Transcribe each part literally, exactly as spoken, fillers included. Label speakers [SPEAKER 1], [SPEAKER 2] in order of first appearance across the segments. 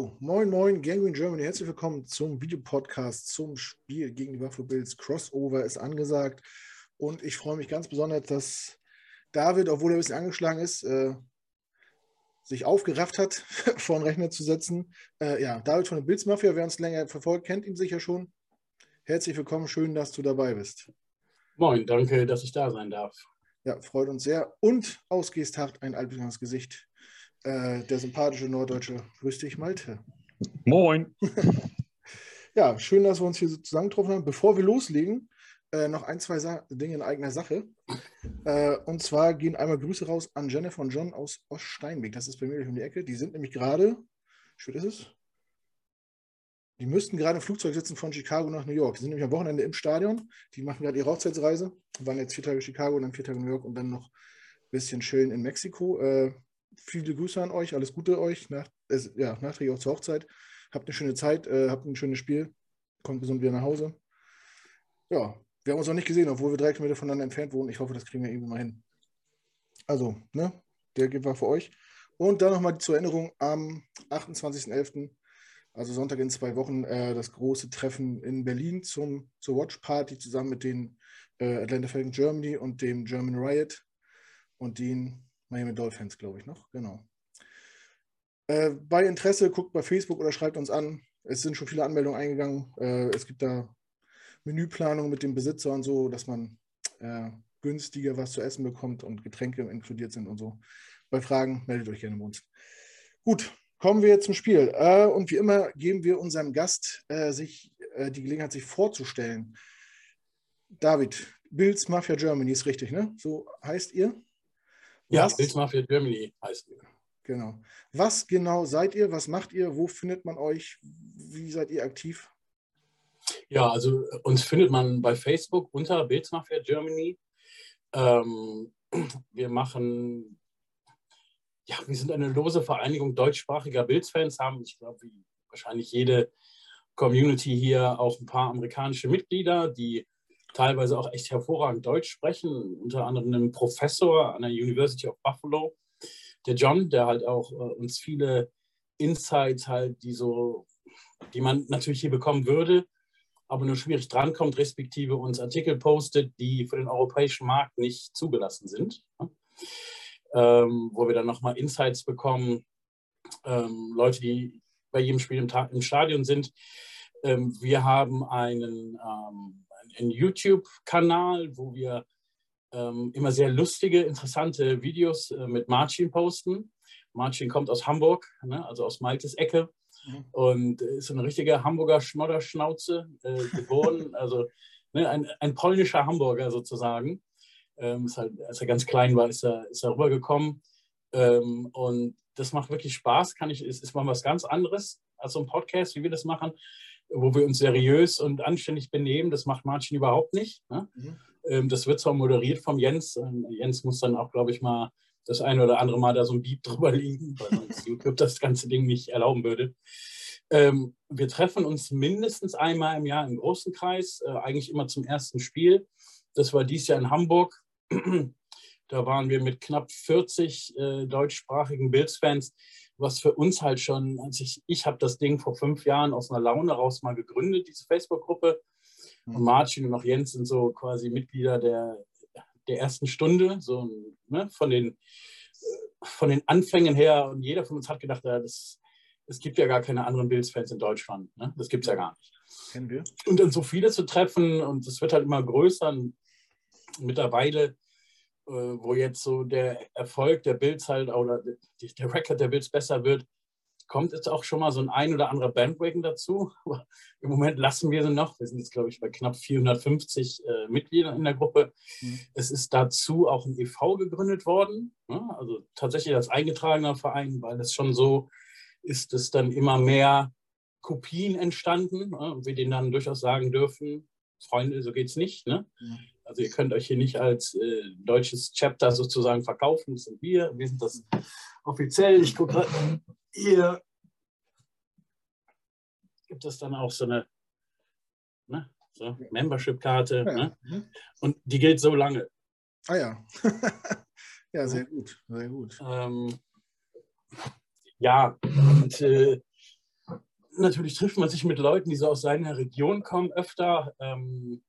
[SPEAKER 1] Jo, moin moin, Gangrene Germany, herzlich willkommen zum Videopodcast zum Spiel gegen die Buffalo Bills. Crossover ist angesagt und ich freue mich ganz besonders, dass David, obwohl er ein bisschen angeschlagen ist, äh, sich aufgerafft hat, vor den Rechner zu setzen. Äh, ja, David von der Bills Mafia, wer uns länger verfolgt, kennt ihn sicher schon. Herzlich willkommen, schön, dass du dabei bist.
[SPEAKER 2] Moin, danke, dass ich da sein darf.
[SPEAKER 1] Ja, freut uns sehr. Und ausgehst ein altbekanntes Gesicht. Äh, der sympathische Norddeutsche. Grüß dich, Malte.
[SPEAKER 3] Moin.
[SPEAKER 1] Ja, schön, dass wir uns hier so zusammengetroffen haben. Bevor wir loslegen, äh, noch ein, zwei Sa Dinge in eigener Sache. Äh, und zwar gehen einmal Grüße raus an Jennifer und John aus Oststeinweg. Das ist bei mir gleich um die Ecke. Die sind nämlich gerade, wie spät ist es? Die müssten gerade im Flugzeug sitzen von Chicago nach New York. Die sind nämlich am Wochenende im Stadion. Die machen gerade ihre Hochzeitsreise. Waren jetzt vier Tage Chicago, dann vier Tage New York und dann noch ein bisschen chillen in Mexiko. Äh, viele Grüße an euch, alles Gute euch. Nach, äh, ja, nachträglich auch zur Hochzeit. Habt eine schöne Zeit, äh, habt ein schönes Spiel. Kommt gesund wieder nach Hause. Ja, wir haben uns noch nicht gesehen, obwohl wir drei Kilometer voneinander entfernt wohnen. Ich hoffe, das kriegen wir irgendwie mal hin. Also, ne, der geht war für euch. Und dann nochmal zur Erinnerung am achtundzwanzigsten elften Also Sonntag in zwei Wochen, äh, das große Treffen in Berlin zum, zur Watch Party zusammen mit den äh, Atlanta Falcons Germany und dem German Riot und den Miami Dolphins, glaube ich noch. Genau. Äh, bei Interesse guckt bei Facebook oder schreibt uns an. Es sind schon viele Anmeldungen eingegangen. Äh, es gibt da Menüplanung mit dem Besitzer und so, dass man äh, günstiger was zu essen bekommt und Getränke inkludiert sind und so. Bei Fragen meldet euch gerne bei uns. Gut. Kommen wir zum Spiel. Äh, und wie immer geben wir unserem Gast äh, sich, äh, die Gelegenheit, sich vorzustellen. David, Bills Mafia Germany ist richtig, ne? So heißt ihr?
[SPEAKER 2] Ja,
[SPEAKER 1] Was,
[SPEAKER 2] Bills Mafia Germany heißt ihr.
[SPEAKER 1] Genau. Was genau seid ihr? Was macht ihr? Wo findet man euch? Wie seid ihr aktiv?
[SPEAKER 2] Ja, also uns findet man bei Facebook unter Bills Mafia Germany. Ähm, wir machen... Ja, wir sind eine lose Vereinigung deutschsprachiger Bills-Fans, haben, ich glaube, wie wahrscheinlich jede Community hier auch ein paar amerikanische Mitglieder, die teilweise auch echt hervorragend Deutsch sprechen, unter anderem einen Professor an der University of Buffalo, der John, der halt auch äh, uns viele Insights halt, die so, die man natürlich hier bekommen würde, aber nur schwierig drankommt, respektive uns Artikel postet, die für den europäischen Markt nicht zugelassen sind. Ja? Ähm, wo wir dann nochmal Insights bekommen, ähm, Leute, die bei jedem Spiel im, im Stadion sind. Ähm, wir haben einen, ähm, einen YouTube-Kanal, wo wir ähm, immer sehr lustige, interessante Videos äh, mit Marcin posten. Marcin kommt aus Hamburg, ne, also aus Maltes Ecke, mhm. und ist eine richtige Hamburger Schmodderschnauze äh, geboren, also ne, ein, ein polnischer Hamburger sozusagen. Ähm, ist halt, als er ganz klein war, ist er, ist er rübergekommen. Ähm, und das macht wirklich Spaß. Kann ich, ist, ist mal was ganz anderes als so ein Podcast, wie wir das machen, wo wir uns seriös und anständig benehmen. Das macht Marcin überhaupt nicht. Ne? Mhm. Ähm, das wird zwar moderiert vom Jens. Ähm, Jens muss dann auch, glaube ich, mal das eine oder andere Mal da so ein Beep drüber liegen, weil sonst YouTube das ganze Ding nicht erlauben würde. Ähm, wir treffen uns mindestens einmal im Jahr im großen Kreis, äh, eigentlich immer zum ersten Spiel. Das war dieses Jahr in Hamburg. Da waren wir mit knapp vierzig äh, deutschsprachigen Bills-Fans, was für uns halt schon, als ich, ich habe das Ding vor fünf Jahren aus einer Laune raus mal gegründet, diese Facebook-Gruppe. Mhm. Und Marcin und auch Jens sind so quasi Mitglieder der, der ersten Stunde, so ne, von, den, von den Anfängen her. Und jeder von uns hat gedacht, ja, das, es gibt ja gar keine anderen Bills-Fans in Deutschland. Ne? Das gibt es ja gar nicht.
[SPEAKER 1] Kennen wir.
[SPEAKER 2] Und dann so viele zu treffen und es wird halt immer größer. Und mittlerweile, äh, wo jetzt so der Erfolg der Bills halt oder die, der Record der Bills besser wird, kommt jetzt auch schon mal so ein ein oder anderer Bandwagon dazu. Aber im Moment lassen wir sie noch. Wir sind jetzt, glaube ich, bei knapp vierhundertfünfzig äh, Mitgliedern in der Gruppe. Mhm. Es ist dazu auch ein e V gegründet worden. Ne? Also tatsächlich als eingetragener Verein, weil es schon so ist, dass dann immer mehr Kopien entstanden, ne? Und wir denen dann durchaus sagen dürfen, Freunde, so geht's nicht. Ne? Mhm. Also ihr könnt euch hier nicht als äh, deutsches Chapter sozusagen verkaufen. Das sind wir. Wir sind das offiziell. Ich gucke gerade, hier gibt es dann auch so eine ne, so Membership-Karte. Ja. Ne? Mhm. Und die gilt so lange.
[SPEAKER 1] Ah ja. Ja, sehr gut. Sehr gut.
[SPEAKER 2] Ähm, ja, und äh, natürlich trifft man sich mit Leuten, die so aus seiner Region kommen, öfter. Ähm,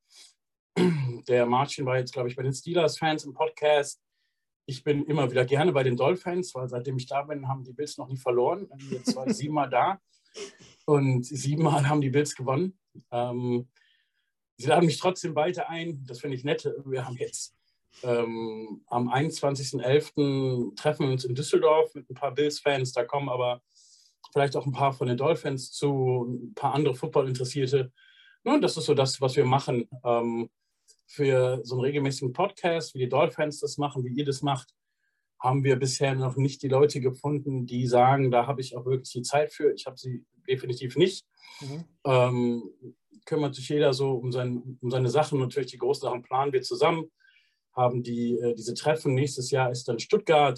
[SPEAKER 2] der Martin war jetzt, glaube ich, bei den Steelers-Fans im Podcast. Ich bin immer wieder gerne bei den Dolphins, weil seitdem ich da bin, haben die Bills noch nie verloren. Jetzt war ich siebenmal da und siebenmal haben die Bills gewonnen. Ähm, sie laden mich trotzdem weiter ein. Das finde ich nett. Wir haben jetzt ähm, am einundzwanzigsten elften treffen wir uns in Düsseldorf mit ein paar Bills-Fans. Da kommen aber vielleicht auch ein paar von den Dolphins zu, ein paar andere Football-Interessierte. Und das ist so das, was wir machen. Ähm, für so einen regelmäßigen Podcast, wie die Dolphins das machen, wie ihr das macht, haben wir bisher noch nicht die Leute gefunden, die sagen, da habe ich auch wirklich die Zeit für. Ich habe sie definitiv nicht. Mhm. Ähm, kümmert sich jeder so um, sein, um seine Sachen. Natürlich die großen Sachen planen wir zusammen, haben die, äh, diese Treffen. Nächstes Jahr ist dann Stuttgart.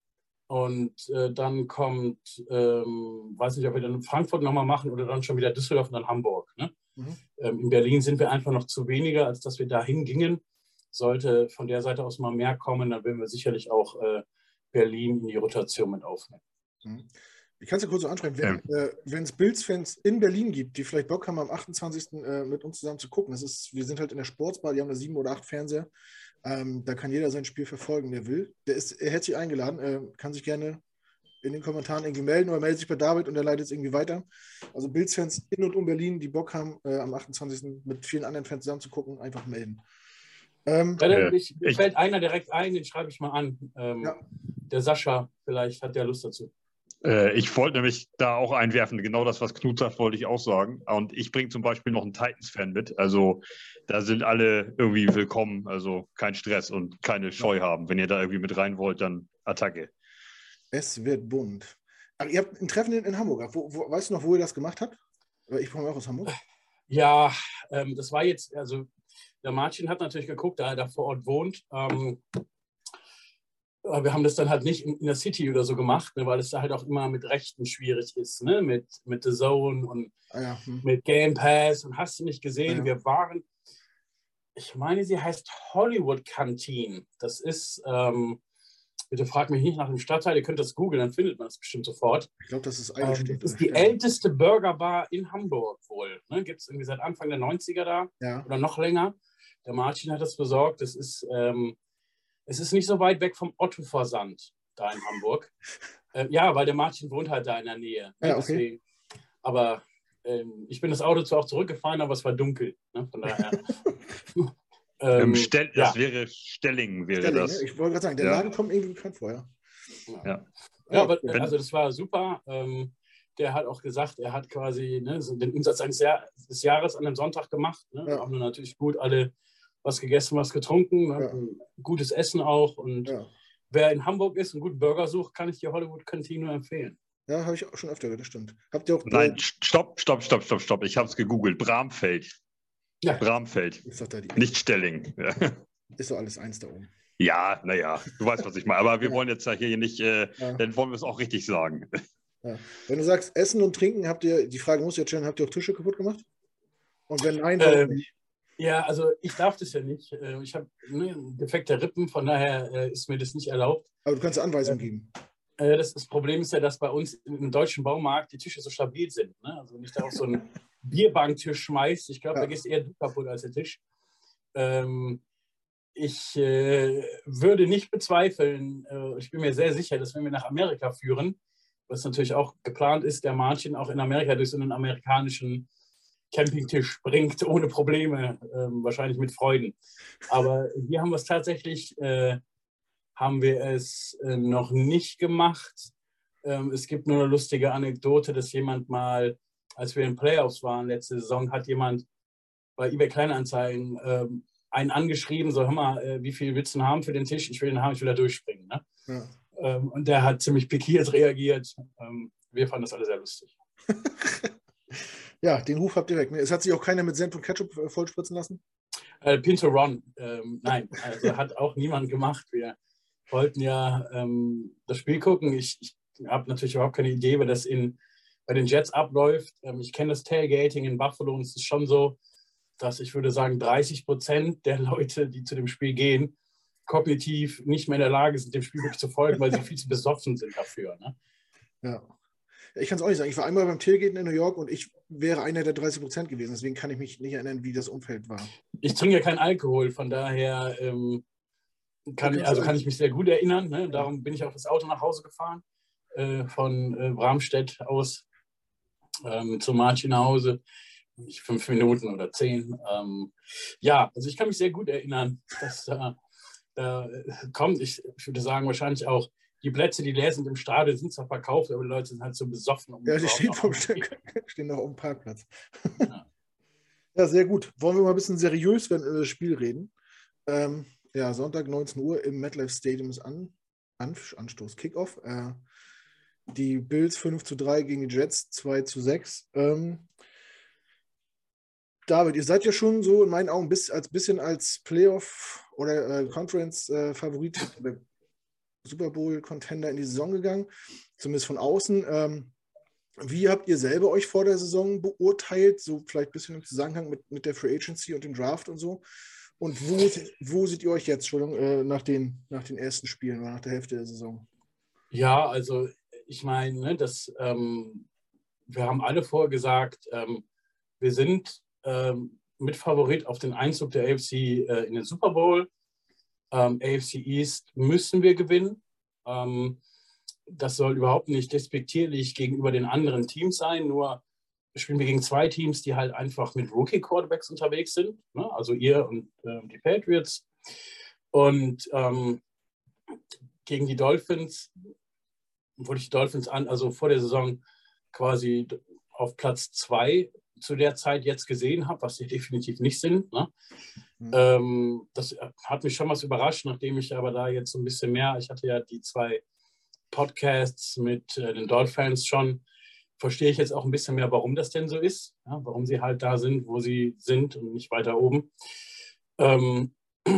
[SPEAKER 2] Und äh, dann kommt, ähm, weiß nicht, ob wir dann Frankfurt nochmal machen oder dann schon wieder Düsseldorf und dann Hamburg. Ne? Mhm. Ähm, in Berlin sind wir einfach noch zu weniger, als dass wir dahin gingen. Sollte von der Seite aus mal mehr kommen, dann werden wir sicherlich auch äh, Berlin in die Rotation mit aufnehmen.
[SPEAKER 1] Mhm. Ich kann es ja kurz so ansprechen, wenn es äh, Bills-Fans in Berlin gibt, die vielleicht Bock haben, am achtundzwanzigsten Äh, mit uns zusammen zu gucken. Das ist, wir sind halt in der Sportsbar, die haben da sieben oder acht Fernseher. Ähm, da kann jeder sein Spiel verfolgen, der will. Der ist, er hätte sich eingeladen, äh, kann sich gerne in den Kommentaren irgendwie melden oder meldet sich bei David und er leitet es irgendwie weiter. Also Bills-Fans in und um Berlin, die Bock haben, äh, am achtundzwanzigsten mit vielen anderen Fans zusammen zu gucken, einfach melden.
[SPEAKER 2] Ähm, ja, dann, ich, mir ich, fällt einer direkt ein, den schreibe ich mal an. Ähm, ja. Der Sascha, vielleicht hat der Lust dazu.
[SPEAKER 3] Ich wollte nämlich da auch einwerfen, genau das, was Knut sagt, wollte ich auch sagen. Und ich bringe zum Beispiel noch einen Titans-Fan mit. Also da sind alle irgendwie willkommen, also kein Stress und keine Scheu haben. Wenn ihr da irgendwie mit rein wollt, dann Attacke.
[SPEAKER 1] Es wird bunt. Aber ihr habt ein Treffen in, in Hamburg. Wo, wo, weißt du noch, wo ihr das gemacht habt? Ich komme auch aus Hamburg.
[SPEAKER 2] Ja, ähm, das war jetzt, also der Martin hat natürlich geguckt, da er da vor Ort wohnt. Ähm, wir haben das dann halt nicht in, in der City oder so gemacht, ne, weil es da halt auch immer mit Rechten schwierig ist, ne, mit, mit The Zone und ah ja, hm. mit Game Pass und hast du nicht gesehen, ah ja. Wir waren, ich meine, sie heißt Hollywood Canteen. Das ist, ähm, bitte fragt mich nicht nach dem Stadtteil, ihr könnt das googeln, dann findet man das bestimmt sofort.
[SPEAKER 1] Ich glaube, das ist
[SPEAKER 2] ähm, Das ist die älteste Burgerbar in Hamburg wohl. Ne? Gibt es irgendwie seit Anfang der neunziger da ja. Oder noch länger. Der Martin hat das besorgt. Das ist, ähm, es ist nicht so weit weg vom Otto-Versand da in Hamburg. äh, ja, weil der Martin wohnt halt da in der Nähe. Ne?
[SPEAKER 1] Ja, okay. Deswegen.
[SPEAKER 2] Aber ähm, ich bin das Auto zwar auch zurückgefahren, aber es war dunkel. Ne? Von daher.
[SPEAKER 3] Ähm, Stell, das ja. wäre Stelling, wäre
[SPEAKER 1] Stelling,
[SPEAKER 3] das.
[SPEAKER 1] Ne? Ich wollte gerade sagen, der ja. Laden kommt irgendwie bekannt vor, ja.
[SPEAKER 2] Ja, ja. ja aber also das war super. Ähm, der hat auch gesagt, er hat quasi ne, so den Umsatz eines Jahr, des Jahres an einem Sonntag gemacht. Ne? Ja. Wir haben natürlich gut alle was gegessen, was getrunken. Ja. Gutes Essen auch. Und ja. wer in Hamburg ist und guten Burger sucht, kann ich die Hollywood Canteen nur empfehlen.
[SPEAKER 1] Ja, habe ich auch schon öfter gehört, das stimmt. Habt ihr auch
[SPEAKER 3] Nein, stopp, stopp, stopp, stopp, stopp. Ich habe es gegoogelt. Bramfeld. Ja. Bramfeld. Nicht Stelling. Ja.
[SPEAKER 1] Ist doch alles eins da oben.
[SPEAKER 3] Ja, naja, du weißt, was ich meine. Aber wir ja. wollen jetzt ja hier nicht, äh, ja. dann wollen wir es auch richtig sagen.
[SPEAKER 1] Ja. Wenn du sagst, Essen und Trinken, habt ihr, die Frage muss ich jetzt stellen, habt ihr auch Tische kaputt gemacht? Und wenn nein, warum ähm, nicht?
[SPEAKER 2] Ja, also ich darf das ja nicht. Ich habe ne, defekte Rippen, von daher äh, ist mir das nicht erlaubt.
[SPEAKER 1] Aber du kannst Anweisungen ähm, geben.
[SPEAKER 2] Äh, das, das Problem ist ja, dass bei uns im deutschen Baumarkt die Tische so stabil sind. Ne? Also wenn ich da auf so einen Bierbanktisch schmeißt, ich glaube, ja. da gehst eher du kaputt als der Tisch. Ähm, ich äh, würde nicht bezweifeln, äh, ich bin mir sehr sicher, dass wenn wir nach Amerika führen, was natürlich auch geplant ist, der Martin auch in Amerika durch so einen amerikanischen Campingtisch bringt, ohne Probleme, äh, wahrscheinlich mit Freuden. Aber hier haben wir es tatsächlich, äh, haben wir es äh, noch nicht gemacht. Ähm, es gibt nur eine lustige Anekdote, dass jemand mal, als wir in Playoffs waren letzte Saison, hat jemand bei eBay Kleinanzeigen ähm, einen angeschrieben, so hör mal, äh, wie viel willst du haben für den Tisch? Ich will den haben, ich will da durchspringen. Ne? Ja. Ähm, und der hat ziemlich pikiert reagiert. Ähm, wir fanden das alle sehr lustig.
[SPEAKER 1] Ja, den Ruf habt ihr weg. Es hat sich auch keiner mit Senf und Ketchup vollspritzen lassen?
[SPEAKER 2] Äh, Pinto Ron, ähm, nein, also hat auch niemand gemacht. Wir wollten ja ähm, das Spiel gucken. Ich, ich habe natürlich überhaupt keine Idee, wie das in, bei den Jets abläuft. Ähm, ich kenne das Tailgating in Buffalo und es ist schon so, dass ich würde sagen, dreißig Prozent der Leute, die zu dem Spiel gehen, kognitiv nicht mehr in der Lage sind, dem Spiel wirklich zu folgen, weil sie viel zu besoffen sind dafür. Ne?
[SPEAKER 1] Ja. Ich kann es auch nicht sagen. Ich war einmal beim Tailgaten in New York und ich wäre einer der dreißig Prozent gewesen. Deswegen kann ich mich nicht erinnern, wie das Umfeld war.
[SPEAKER 2] Ich trinke ja keinen Alkohol, von daher ähm, kann, also kann ich mich sehr gut erinnern. Ne? Darum bin ich auch das Auto nach Hause gefahren, äh, von äh, Bramstedt aus ähm, zu Martin nach Hause. Nicht fünf Minuten oder zehn. Ähm, ja, also ich kann mich sehr gut erinnern, dass da äh, kommt. Ich, ich würde sagen, wahrscheinlich auch die Plätze, die leer sind im Stadion, sind zwar verkauft, aber die Leute sind halt so besoffen. Um
[SPEAKER 1] Ja, die stehen, vom, stehen noch auf dem Parkplatz. Ja. Ja, sehr gut. Wollen wir mal ein bisschen seriös über das Spiel reden? Ähm, ja, Sonntag neunzehn Uhr im MetLife Stadium ist an, an, Anstoß, Kickoff. Äh, die Bills fünf zu drei gegen die Jets zwei zu sechs. Ähm, David, ihr seid ja schon so in meinen Augen bis, als bisschen als Playoff- oder äh, Conference-Favorit äh, oder Super Bowl-Contender in die Saison gegangen, zumindest von außen. Ähm, wie habt ihr selber euch vor der Saison beurteilt? So vielleicht ein bisschen im Zusammenhang mit, mit der Free Agency und dem Draft und so. Und wo, wo seht ihr euch jetzt, Entschuldigung, äh, nach, den, nach den ersten Spielen oder nach der Hälfte der Saison?
[SPEAKER 2] Ja, also ich meine, ne, das, ähm, wir haben alle vorher gesagt, ähm, wir sind ähm, Mitfavorit auf den Einzug der A F C äh, in den Super Bowl. Ähm, A F C East müssen wir gewinnen. Ähm, das soll überhaupt nicht despektierlich gegenüber den anderen Teams sein, nur spielen wir gegen zwei Teams, die halt einfach mit Rookie-Quarterbacks unterwegs sind, ne? Also ihr und äh, die Patriots. Und ähm, gegen die Dolphins, wurde ich die Dolphins an, also vor der Saison quasi auf Platz zwei zu der Zeit jetzt gesehen habe, was sie definitiv nicht sind. Ne? Mhm. Ähm, das hat mich schon was überrascht, nachdem ich aber da jetzt so ein bisschen mehr, ich hatte ja die zwei Podcasts mit äh, den Dolphins schon, verstehe ich jetzt auch ein bisschen mehr, warum das denn so ist, ja? Warum sie halt da sind, wo sie sind und nicht weiter oben. Ähm,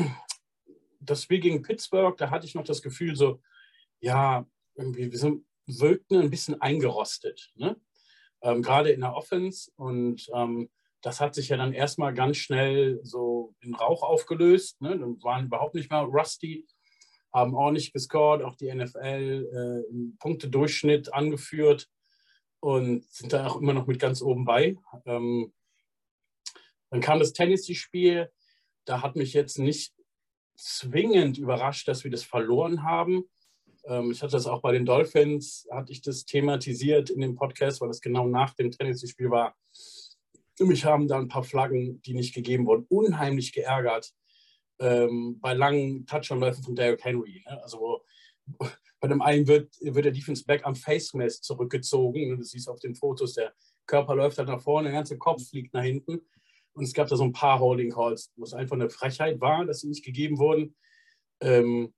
[SPEAKER 2] das Spiel gegen Pittsburgh, da hatte ich noch das Gefühl so, ja, irgendwie, wir sind, wirkten ein bisschen eingerostet, ne? Ähm, gerade in der Offense. Und ähm, das hat sich ja dann erstmal ganz schnell so in Rauch aufgelöst. Ne? Dann waren überhaupt nicht mehr rusty, haben ordentlich gescored, auch die N F L äh, im Punktedurchschnitt angeführt und sind da auch immer noch mit ganz oben bei. Ähm, dann kam das Tennessee-Spiel. Da hat mich jetzt nicht zwingend überrascht, dass wir das verloren haben. Ich hatte das auch bei den Dolphins, hatte ich das thematisiert in dem Podcast, weil das genau nach dem Tennessee-Spiel war. Mich haben da ein paar Flaggen, die nicht gegeben wurden, unheimlich geärgert ähm, bei langen Touchdown-Läufen von Derrick Henry. Ne? Also bei dem einen wird, wird der Defense Back am Face Mask zurückgezogen. Du siehst auf den Fotos, der Körper läuft halt nach vorne, der ganze Kopf fliegt nach hinten. Und es gab da so ein paar Holding Calls, wo es einfach eine Frechheit war, dass sie nicht gegeben wurden. Ähm,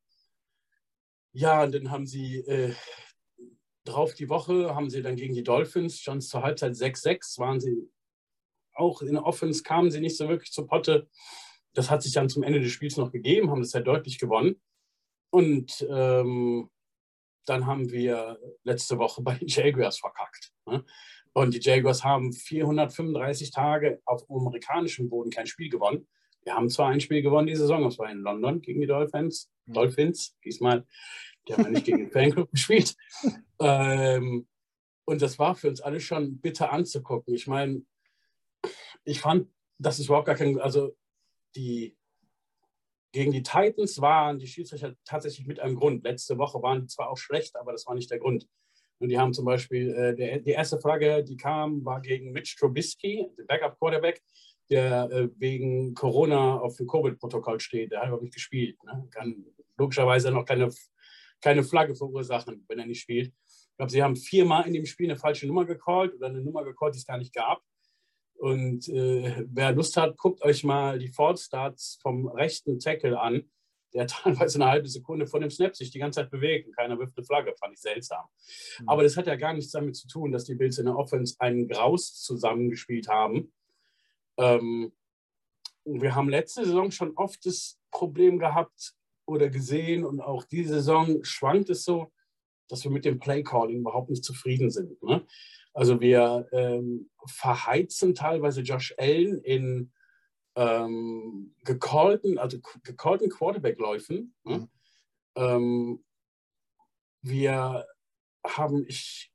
[SPEAKER 2] Ja, und dann haben sie äh, drauf die Woche, haben sie dann gegen die Dolphins, schon zur Halbzeit sechs sechs, waren sie auch in der Offense, kamen sie nicht so wirklich zur Potte. Das hat sich dann zum Ende des Spiels noch gegeben, haben das sehr deutlich gewonnen. Und ähm, dann haben wir letzte Woche bei den Jaguars verkackt. Ne? Und die Jaguars haben vierhundertfünfunddreißig Tage auf amerikanischem Boden kein Spiel gewonnen. Wir haben zwar ein Spiel gewonnen die Saison, das war in London gegen die Dolphins. Mhm. Dolphins, diesmal, die haben ja nicht gegen den Fanclub gespielt. Ähm, und das war für uns alle schon bitter anzugucken. Ich meine, ich fand, das ist überhaupt gar kein, also die gegen die Titans waren die Schiedsrichter tatsächlich mit einem Grund. Letzte Woche waren die zwar auch schlecht, aber das war nicht der Grund. Und die haben zum Beispiel, äh, der, die erste Flagge, die kam, war gegen Mitch Trubisky, der Backup-Quarterback, der äh, wegen Corona auf dem Covid-Protokoll steht. Der hat aber nicht gespielt. Ne? Kann logischerweise noch keine, keine Flagge verursachen, wenn er nicht spielt. Ich glaube, sie haben viermal in dem Spiel eine falsche Nummer gecallt oder eine Nummer gecallt, die es gar nicht gab. Und äh, wer Lust hat, guckt euch mal die Fallstarts vom rechten Tackle an, der teilweise eine halbe Sekunde vor dem Snap sich die ganze Zeit bewegt und keiner wirft eine Flagge, fand ich seltsam. Mhm. Aber das hat ja gar nichts damit zu tun, dass die Bills in der Offense einen Graus zusammengespielt haben. Ähm, wir haben letzte Saison schon oft das Problem gehabt oder gesehen und auch diese Saison schwankt es so, dass wir mit dem Playcalling überhaupt nicht zufrieden sind. Ne? Also wir ähm, verheizen teilweise Josh Allen in ähm, gecallten, also gecallten Quarterback-Läufen. Ne? Mhm. Ähm, wir haben, ich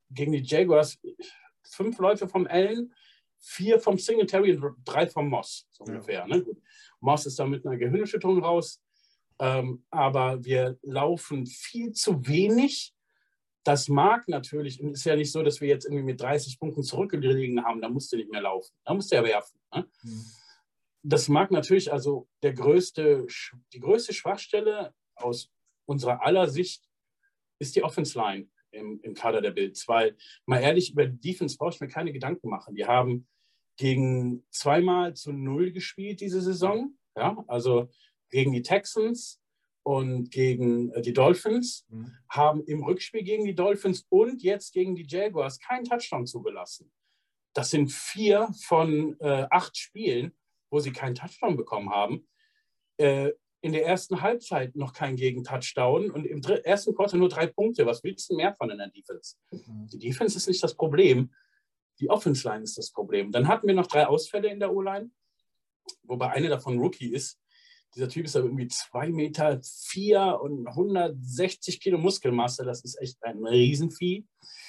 [SPEAKER 2] gegen die Jaguars fünf Läufe vom Allen, vier vom Singletary und drei vom Moss, so ungefähr. Ne? Moss ist da mit einer Gehirnerschütterung raus, ähm, aber wir laufen viel zu wenig. Das mag natürlich, und es ist ja nicht so, dass wir jetzt irgendwie mit dreißig Punkten zurückgelegen haben, da musst du nicht mehr laufen, da musst du ja werfen. Ne? Mhm. Das mag natürlich, also der größte, die größte Schwachstelle aus unserer aller Sicht ist die Offense Line im, im Kader der Bills, weil, mal ehrlich, über die Defense brauche ich mir keine Gedanken machen. Die haben gegen zweimal zu null gespielt diese Saison, ja, also gegen die Texans und gegen äh, die Dolphins, mhm. haben im Rückspiel gegen die Dolphins und jetzt gegen die Jaguars keinen Touchdown zugelassen. Das sind vier von äh, acht Spielen, wo sie keinen Touchdown bekommen haben. Äh, in der ersten Halbzeit noch kein Gegentouchdown und im ersten Quartal nur drei Punkte. Was willst du mehr von in der Defense? Mhm. Die Defense ist nicht das Problem. Die Offense Line ist das Problem. Dann hatten wir noch drei Ausfälle in der O-Line, wobei eine davon Rookie ist. Dieser Typ ist ja irgendwie zwei Meter vier und hundertsechzig Kilo Muskelmasse. Das ist echt ein Riesenvieh.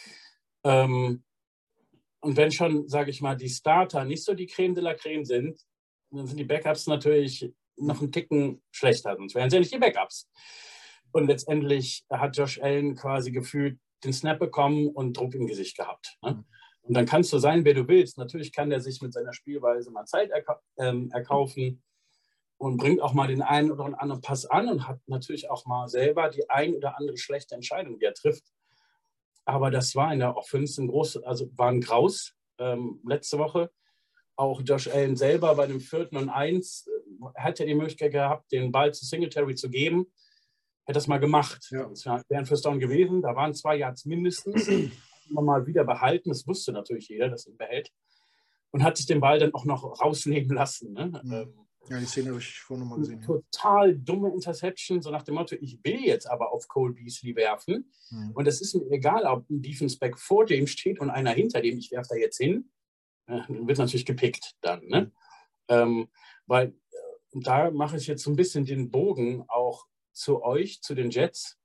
[SPEAKER 2] Ähm, und wenn schon, sage ich mal, die Starter nicht so die Creme de la Creme sind, dann sind die Backups natürlich noch einen Ticken schlechter. Sonst wären sie ja nicht die Backups. Und letztendlich hat Josh Allen quasi gefühlt den Snap bekommen und Druck im Gesicht gehabt. Ne? Und dann kannst du sein, wer du willst. Natürlich kann der sich mit seiner Spielweise mal Zeit erka ähm, erkaufen und bringt auch mal den einen oder anderen Pass an und hat natürlich auch mal selber die ein oder andere schlechte Entscheidung, die er trifft. Aber das war in der Offense ein groß, also war ein Graus ähm, letzte Woche. Auch Josh Allen selber bei dem vierten und eins äh, hätte die Möglichkeit gehabt, den Ball zu Singletary zu geben. Hätte das mal gemacht. Ja. Das wäre ein First Down gewesen. Da waren zwei Yards mindestens. Immer mal wieder behalten. Das wusste natürlich jeder, dass er ihn behält. Und hat sich den Ball dann auch noch rausnehmen lassen. Ne?
[SPEAKER 1] Ja. Ja, die Szene habe ich vorhin nochmal gesehen.
[SPEAKER 2] Total ja. dumme Interception, so nach dem Motto, ich will jetzt aber auf Cole Beasley werfen. Mhm. Und es ist mir egal, ob ein Defense-Back vor dem steht und einer hinter dem, ich werfe da jetzt hin. Dann wird natürlich gepickt dann. Ne? Mhm. Ähm, weil äh, da mache ich jetzt so ein bisschen den Bogen auch zu euch, zu den Jets.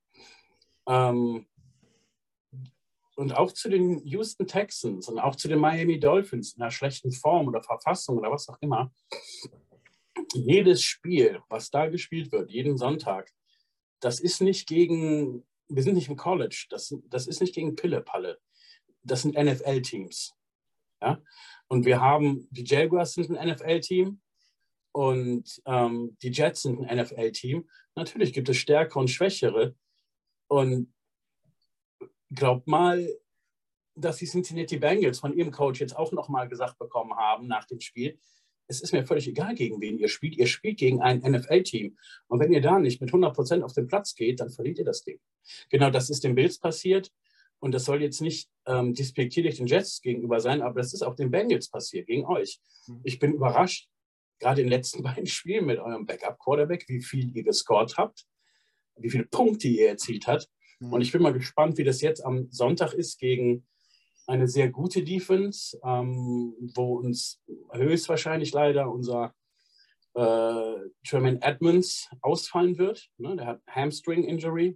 [SPEAKER 2] Ähm, und auch zu den Houston Texans und auch zu den Miami Dolphins in einer schlechten Form oder Verfassung oder was auch immer. Jedes Spiel, was da gespielt wird, jeden Sonntag, das ist nicht gegen, wir sind nicht im College, das, das ist nicht gegen Pille-Palle. Das sind N F L-Teams. Ja? Und wir haben, die Jaguars sind ein N F L-Team und ähm, die Jets sind ein N F L-Team. Natürlich gibt es stärkere und schwächere. Und glaubt mal, dass die Cincinnati Bengals von ihrem Coach jetzt auch nochmal gesagt bekommen haben nach dem Spiel, es ist mir völlig egal, gegen wen ihr spielt. Ihr spielt gegen ein N F L-Team. Und wenn ihr da nicht mit hundert Prozent auf den Platz geht, dann verliert ihr das Ding. Genau das ist den Bills passiert. Und das soll jetzt nicht ähm, despektierlich den Jets gegenüber sein, aber das ist auch den Bengals passiert, gegen euch. Ich bin überrascht, gerade in den letzten beiden Spielen mit eurem Backup-Quarterback, wie viel ihr gescored habt, wie viele Punkte ihr erzielt habt. Mhm. Und ich bin mal gespannt, wie das jetzt am Sonntag ist gegen eine sehr gute Defense, ähm, wo uns höchstwahrscheinlich leider unser äh, Tremaine Edmonds ausfallen wird. Ne? Der hat Hamstring-Injury.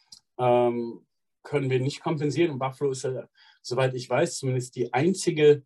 [SPEAKER 2] Ähm, können wir nicht kompensieren. Und Buffalo ist ja, soweit ich weiß, zumindest die einzige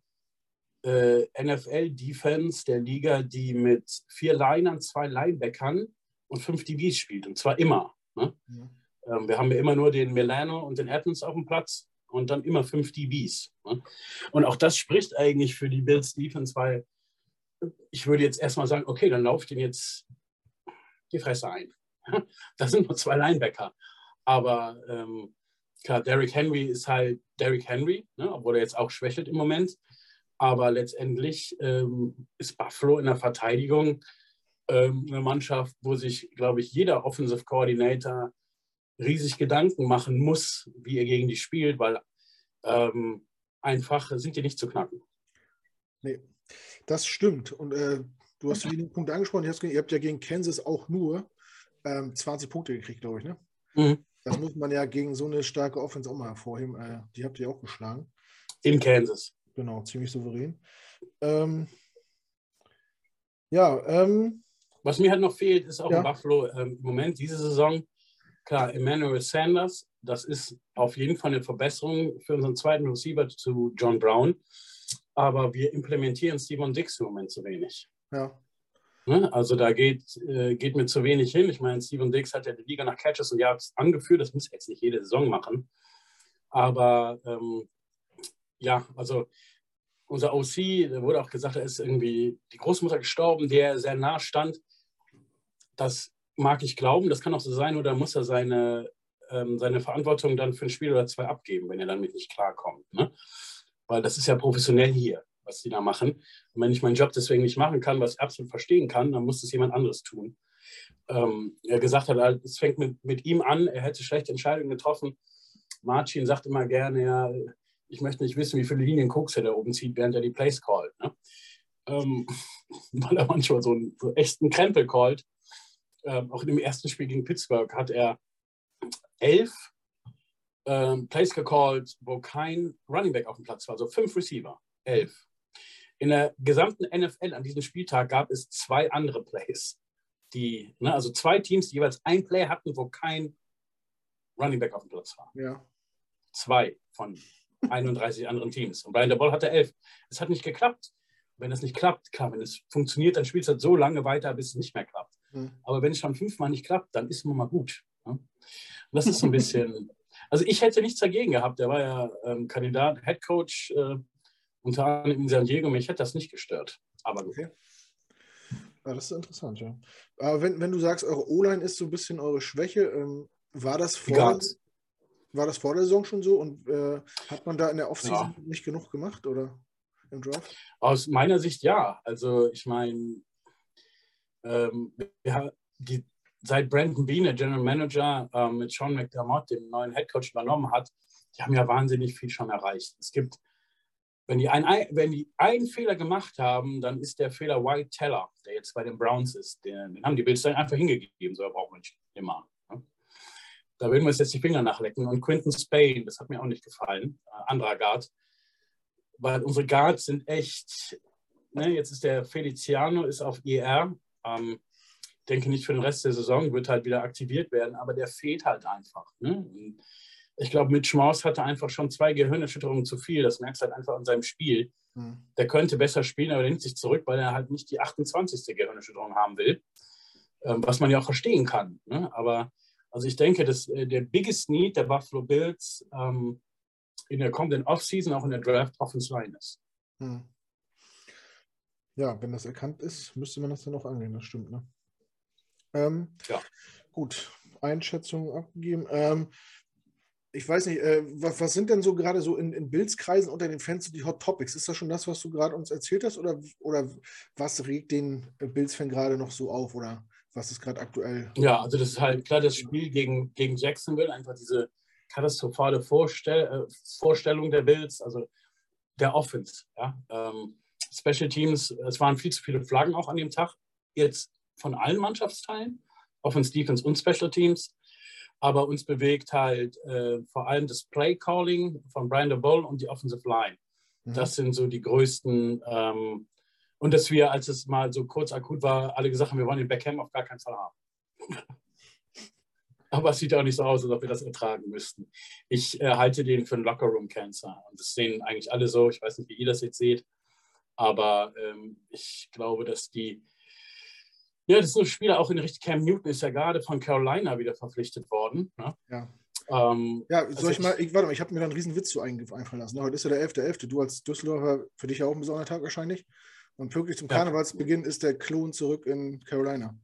[SPEAKER 2] äh, N F L-Defense der Liga, die mit vier Linern, zwei Linebackern und fünf D Bs spielt. Und zwar immer. Ne? Ja. Ähm, wir haben ja immer nur den Milano und den Edmonds auf dem Platz und dann immer fünf D Bs. Ne? Und auch das spricht eigentlich für die Bills Defense, weil ich würde jetzt erstmal sagen, okay, dann laufe ich den jetzt die Fresse ein. Das sind nur zwei Linebacker. Aber ähm, klar, Derrick Henry ist halt Derrick Henry, ne, obwohl er jetzt auch schwächelt im Moment. Aber letztendlich ähm, ist Buffalo in der Verteidigung ähm, eine Mannschaft, wo sich, glaube ich, jeder Offensive Coordinator riesig Gedanken machen muss, wie er gegen die spielt, weil ähm, einfach sind die nicht zu knacken.
[SPEAKER 1] Nee, das stimmt. Und äh, du hast den Punkt angesprochen, hast, ihr habt ja gegen Kansas auch nur ähm, zwanzig Punkte gekriegt, glaube ich, ne?
[SPEAKER 2] Mhm.
[SPEAKER 1] Das muss man ja gegen so eine starke Offense auch mal hervorheben. Äh, die habt ihr auch geschlagen.
[SPEAKER 2] In Kansas.
[SPEAKER 1] Genau, ziemlich souverän. Ähm, ja, ähm,
[SPEAKER 2] was mir halt noch fehlt, ist auch
[SPEAKER 1] ja.
[SPEAKER 2] in Buffalo ähm, im Moment, diese Saison, klar, Emmanuel Sanders, das ist auf jeden Fall eine Verbesserung für unseren zweiten Receiver zu John Brown. Aber wir implementieren Stephon Diggs im Moment zu wenig.
[SPEAKER 1] Ja.
[SPEAKER 2] Ne? Also da geht, äh, geht mir zu wenig hin. Ich meine, Stephon Diggs hat ja die Liga nach Catches und Yards angeführt. Das muss er jetzt nicht jede Saison machen. Aber ähm, ja, also unser O C, da wurde auch gesagt, er ist irgendwie die Großmutter gestorben, der sehr nah stand. Das mag ich glauben, das kann auch so sein, oder muss er seine, ähm, seine Verantwortung dann für ein Spiel oder zwei abgeben, wenn er damit nicht klarkommt. Ne? Weil das ist ja professionell hier, was die da machen. Und wenn ich meinen Job deswegen nicht machen kann, was ich absolut verstehen kann, dann muss das jemand anderes tun. Ähm, er gesagt hat, es fängt mit, mit ihm an, er hätte schlechte Entscheidungen getroffen. Marcin sagt immer gerne, ja, ich möchte nicht wissen, wie viele Linien Koks er da oben zieht, während er die Plays callt. Ne? Ähm, weil er manchmal so einen so echten Krempel callt. Ähm, auch in dem ersten Spiel gegen Pittsburgh hat er elf ähm, Plays gecallt, wo kein Running Back auf dem Platz war. Also fünf Receiver, elf. In der gesamten N F L an diesem Spieltag gab es zwei andere Plays. Die, ne, also zwei Teams, die jeweils ein Play hatten, wo kein Running Back auf dem Platz war.
[SPEAKER 1] Ja.
[SPEAKER 2] Zwei von einunddreißig anderen Teams. Und Brian Daboll hatte elf. Es hat nicht geklappt. Wenn es nicht klappt, klar, wenn es funktioniert, dann spielst du halt so lange weiter, bis es nicht mehr klappt. Mhm. Aber wenn es schon fünfmal nicht klappt, dann ist man mal gut. Ne? Und das ist so ein bisschen, also ich hätte nichts dagegen gehabt. Der war ja ähm, Kandidat, Head Coach, äh, unter anderem in San Diego. Mich hätte das nicht gestört. Aber
[SPEAKER 1] okay. Ja, das ist interessant, ja. Aber wenn, wenn du sagst, eure O-Line ist so ein bisschen eure Schwäche, ähm, war das vor... War das vor der Saison schon so und äh, hat man da in der Offseason ja. nicht genug gemacht oder im Draft?
[SPEAKER 2] Aus meiner Sicht ja. Also ich meine, ähm, ja, die, seit Brandon Beane, der General Manager, äh, mit Sean McDermott, dem neuen Headcoach, übernommen hat, die haben ja wahnsinnig viel schon erreicht. Es gibt, wenn die, ein, wenn die einen Fehler gemacht haben, dann ist der Fehler White Teller, der jetzt bei den Browns ist. Den, den haben die Bills dann einfach hingegeben, so braucht man nicht immer. Da würden wir uns jetzt die Finger nachlecken. Und Quinton Spain, das hat mir auch nicht gefallen, äh, anderer Guard. Weil unsere Guards sind echt, ne, jetzt ist der Feliciano, ist auf I R. Ähm, denke nicht für den Rest der Saison, wird halt wieder aktiviert werden, aber der fehlt halt einfach. Ne? Ich glaube, Mitch Morse hatte einfach schon zwei Gehirnerschütterungen zu viel. Das merkst du halt einfach an seinem Spiel. Hm. Der könnte besser spielen, aber der nimmt sich zurück, weil er halt nicht die achtundzwanzigste Gehirnerschütterung haben will. Ähm, was man ja auch verstehen kann. Ne? Aber also ich denke, dass äh, der biggest need der Buffalo Bills ähm, in der kommenden Offseason, auch in der Draft, Offensive Line ist.
[SPEAKER 1] Hm. Ja, wenn das erkannt ist, müsste man das dann auch angehen, das stimmt, ne? Ähm,
[SPEAKER 2] ja.
[SPEAKER 1] Gut, Einschätzung abgegeben. Ähm, ich weiß nicht, äh, was, was sind denn so gerade so in, in Bills-Kreisen unter den Fans die Hot Topics? Ist das schon das, was du gerade uns erzählt hast? Oder, oder was regt den Bills-Fan gerade noch so auf? Oder was ist gerade aktuell?
[SPEAKER 2] Ja, also das ist halt klar, das Spiel gegen, gegen Jacksonville, einfach diese katastrophale Vorstell äh, Vorstellung der Bills, also der Offense. Ja? Ähm, Special Teams, es waren viel zu viele Flaggen auch an dem Tag, jetzt von allen Mannschaftsteilen, Offense, Defense und Special Teams. Aber uns bewegt halt äh, vor allem das Play-Calling von Brian Daboll und die Offensive Line. Mhm. Das sind so die größten. Ähm, und dass wir, als es mal so kurz akut war, alle gesagt haben, wir wollen den Beckham auf gar keinen Fall haben. Aber es sieht auch nicht so aus, als ob wir das ertragen müssten. Ich äh, halte den für einen Locker-Room-Cancer. Und das sehen eigentlich alle so. Ich weiß nicht, wie ihr das jetzt seht. Aber ähm, ich glaube, dass die Ja, das ist ein Spieler, auch in Richtung Cam Newton ist ja gerade von Carolina wieder verpflichtet worden. Ne?
[SPEAKER 1] Ja.
[SPEAKER 2] Ähm,
[SPEAKER 1] ja, soll
[SPEAKER 2] also
[SPEAKER 1] ich mal, ich, warte mal, ich habe mir da einen riesen Witz zu einfallen lassen. Heute ist ja der elfte elfte Du als Düsseldorfer, für dich ja auch ein besonderer Tag wahrscheinlich. Und pünktlich zum Karnevalsbeginn ist der Klon zurück in Carolina.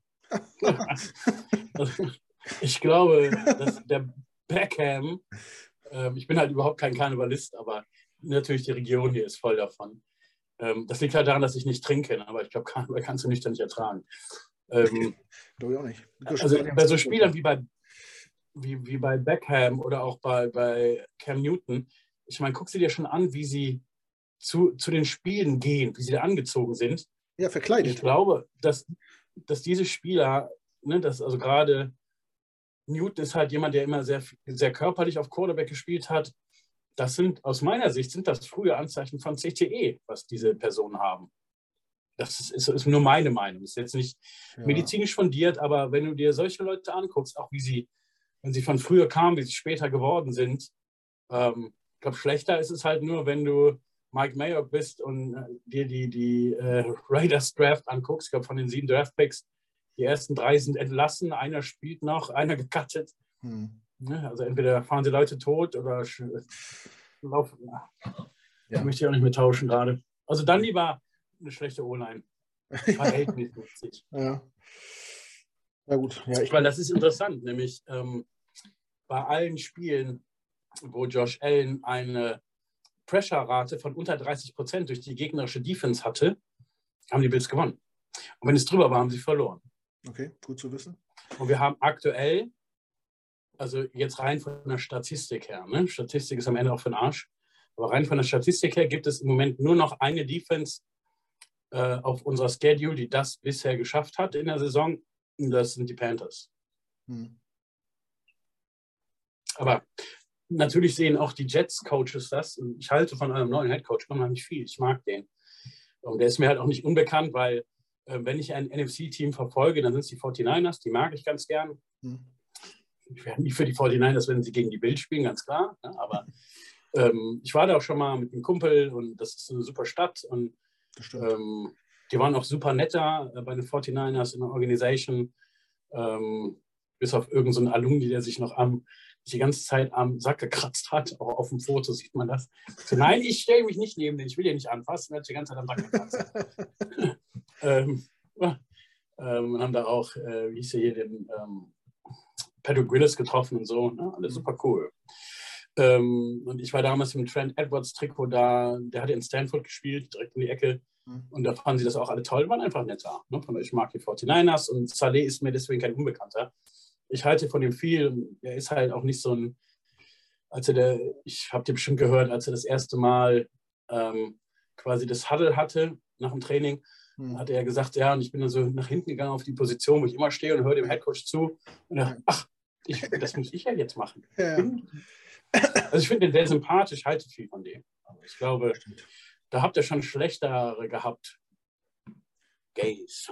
[SPEAKER 2] also, ich glaube, dass der Beckham, ähm, ich bin halt überhaupt kein Karnevalist, aber natürlich die Region hier ist voll davon. Ähm, das liegt halt daran, dass ich nicht trinke, aber ich glaube, Karneval kannst du nüchtern nicht ertragen. Ähm,
[SPEAKER 1] glaube ich auch nicht.
[SPEAKER 2] Also bei so Spielern wie bei, wie, wie bei Beckham oder auch bei, bei Cam Newton, ich meine, guck sie dir schon an, wie sie zu, zu den Spielen gehen, wie sie da angezogen sind.
[SPEAKER 1] Ja, verkleidet.
[SPEAKER 2] Ich glaube, dass, dass diese Spieler, ne, dass also gerade Newton ist halt jemand, der immer sehr, sehr körperlich auf Quarterback gespielt hat. Das sind, aus meiner Sicht, sind das frühe Anzeichen von C T E, was diese Personen haben. Das ist, ist, ist nur meine Meinung. Ist jetzt nicht
[SPEAKER 1] ja.
[SPEAKER 2] medizinisch fundiert, aber wenn du dir solche Leute anguckst, auch wie sie wenn sie von früher kamen, wie sie später geworden sind. Ähm, ich glaube, schlechter ist es halt nur, wenn du Mike Mayock bist und äh, dir die, die äh, Raiders Draft anguckst. Ich glaube, von den sieben Draft-Picks, die ersten drei sind entlassen, einer spielt noch, einer gecuttet. Hm. Ja, also entweder fahren sie Leute tot oder laufen. Ja. Ja. Möchte ich auch nicht mehr tauschen gerade. Also dann lieber eine schlechte O-Line. Verhältnismäßig.
[SPEAKER 1] Ja. Ja gut. Ja, ich
[SPEAKER 2] Weil das ist interessant, nämlich ähm, bei allen Spielen, wo Josh Allen eine Pressure-Rate von unter dreißig Prozent durch die gegnerische Defense hatte, haben die Bills gewonnen. Und wenn es drüber war, haben sie verloren.
[SPEAKER 1] Okay, gut zu wissen.
[SPEAKER 2] Und wir haben aktuell, also jetzt rein von der Statistik her, ne? Statistik ist am Ende auch für den Arsch, aber rein von der Statistik her gibt es im Moment nur noch eine Defense äh, auf unserer Schedule, die das bisher geschafft hat in der Saison. Und das sind die Panthers. Hm. Aber natürlich sehen auch die Jets-Coaches das. Und ich halte von eurem neuen Headcoach unheimlich viel. Ich mag den. Und der ist mir halt auch nicht unbekannt, weil äh, wenn ich ein N F C-Team verfolge, dann sind es die forty-niners. Die mag ich ganz gern. Hm. Ich wäre nie für die forty-niners, wenn sie gegen die Bills spielen, ganz klar. Ne? Aber ähm, ich war da auch schon mal mit einem Kumpel und das ist eine super Stadt. Und ähm, die waren auch super netter äh, bei den forty-niners in der Organisation. Ähm, bis auf irgendeinen so Alumni, der sich noch am die ganze Zeit am Sack gekratzt hat. Auch auf dem Foto sieht man das. So, nein, ich stelle mich nicht neben den, ich will den nicht anfassen, der hat die ganze Zeit am Sack gekratzt. ähm, ja, ähm, und haben da auch, äh, wie hieß der hier, den ähm, Patrick Willis getroffen und so. Ne? Alles super cool. Ähm, und ich war damals im Trent Edwards-Trikot da, der hatte in Stanford gespielt, direkt in die Ecke. Und da fanden sie das auch alle toll, waren einfach netter. Ne? Ich mag die forty-niners und Saleh ist mir deswegen kein Unbekannter. Ich halte von ihm viel. Er ist halt auch nicht so ein, als er der, ich habe dir bestimmt gehört, als er das erste Mal ähm, quasi das Huddle hatte nach dem Training, hm. hat er gesagt, ja, und ich bin dann so nach hinten gegangen auf die Position, wo ich immer stehe und höre dem Headcoach zu. Und er, ach, ich, das muss ich ja jetzt machen. Ja. Also ich finde den sehr sympathisch, halte viel von dem. Aber ich glaube, da habt ihr schon schlechtere gehabt. Gays.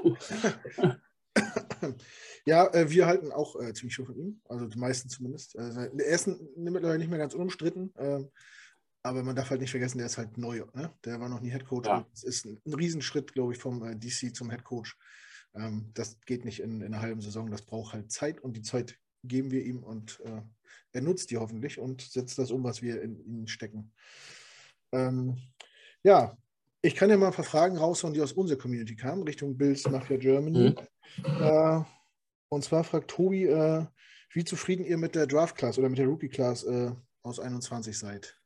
[SPEAKER 1] Ja, äh, wir halten auch äh, ziemlich viel von ihm. Also die meisten zumindest. Also, der erste mittlerweile nicht mehr ganz unumstritten. Äh, aber man darf halt nicht vergessen, der ist halt neu. Ne? Der war noch nie Headcoach.
[SPEAKER 2] Ja.
[SPEAKER 1] Es ist ein, ein Riesenschritt, glaube ich, vom äh, D C zum Headcoach. Ähm, das geht nicht in, in einer halben Saison. Das braucht halt Zeit und die Zeit geben wir ihm und äh, er nutzt die hoffentlich und setzt das um, was wir in ihn stecken. Ähm, ja, ich kann ja mal ein paar Fragen raushauen, die aus unserer Community kamen, Richtung Bills Mafia Germany. Mhm. Äh, und zwar fragt Tobi, äh, wie zufrieden ihr mit der Draft-Class oder mit der Rookie-Class äh, aus einundzwanzig seid.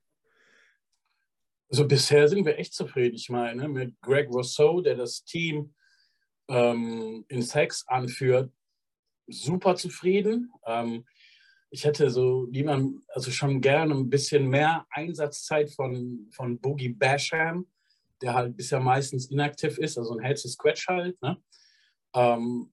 [SPEAKER 2] Also bisher sind wir echt zufrieden. Ich meine, mit Greg Rousseau, der das Team ähm, in Sacks anführt, super zufrieden. Ähm, ich hätte so niemand, also schon gerne ein bisschen mehr Einsatzzeit von, von Boogie Basham, der halt bisher meistens inaktiv ist, also ein Healthy Scratch halt. Ne? Ähm,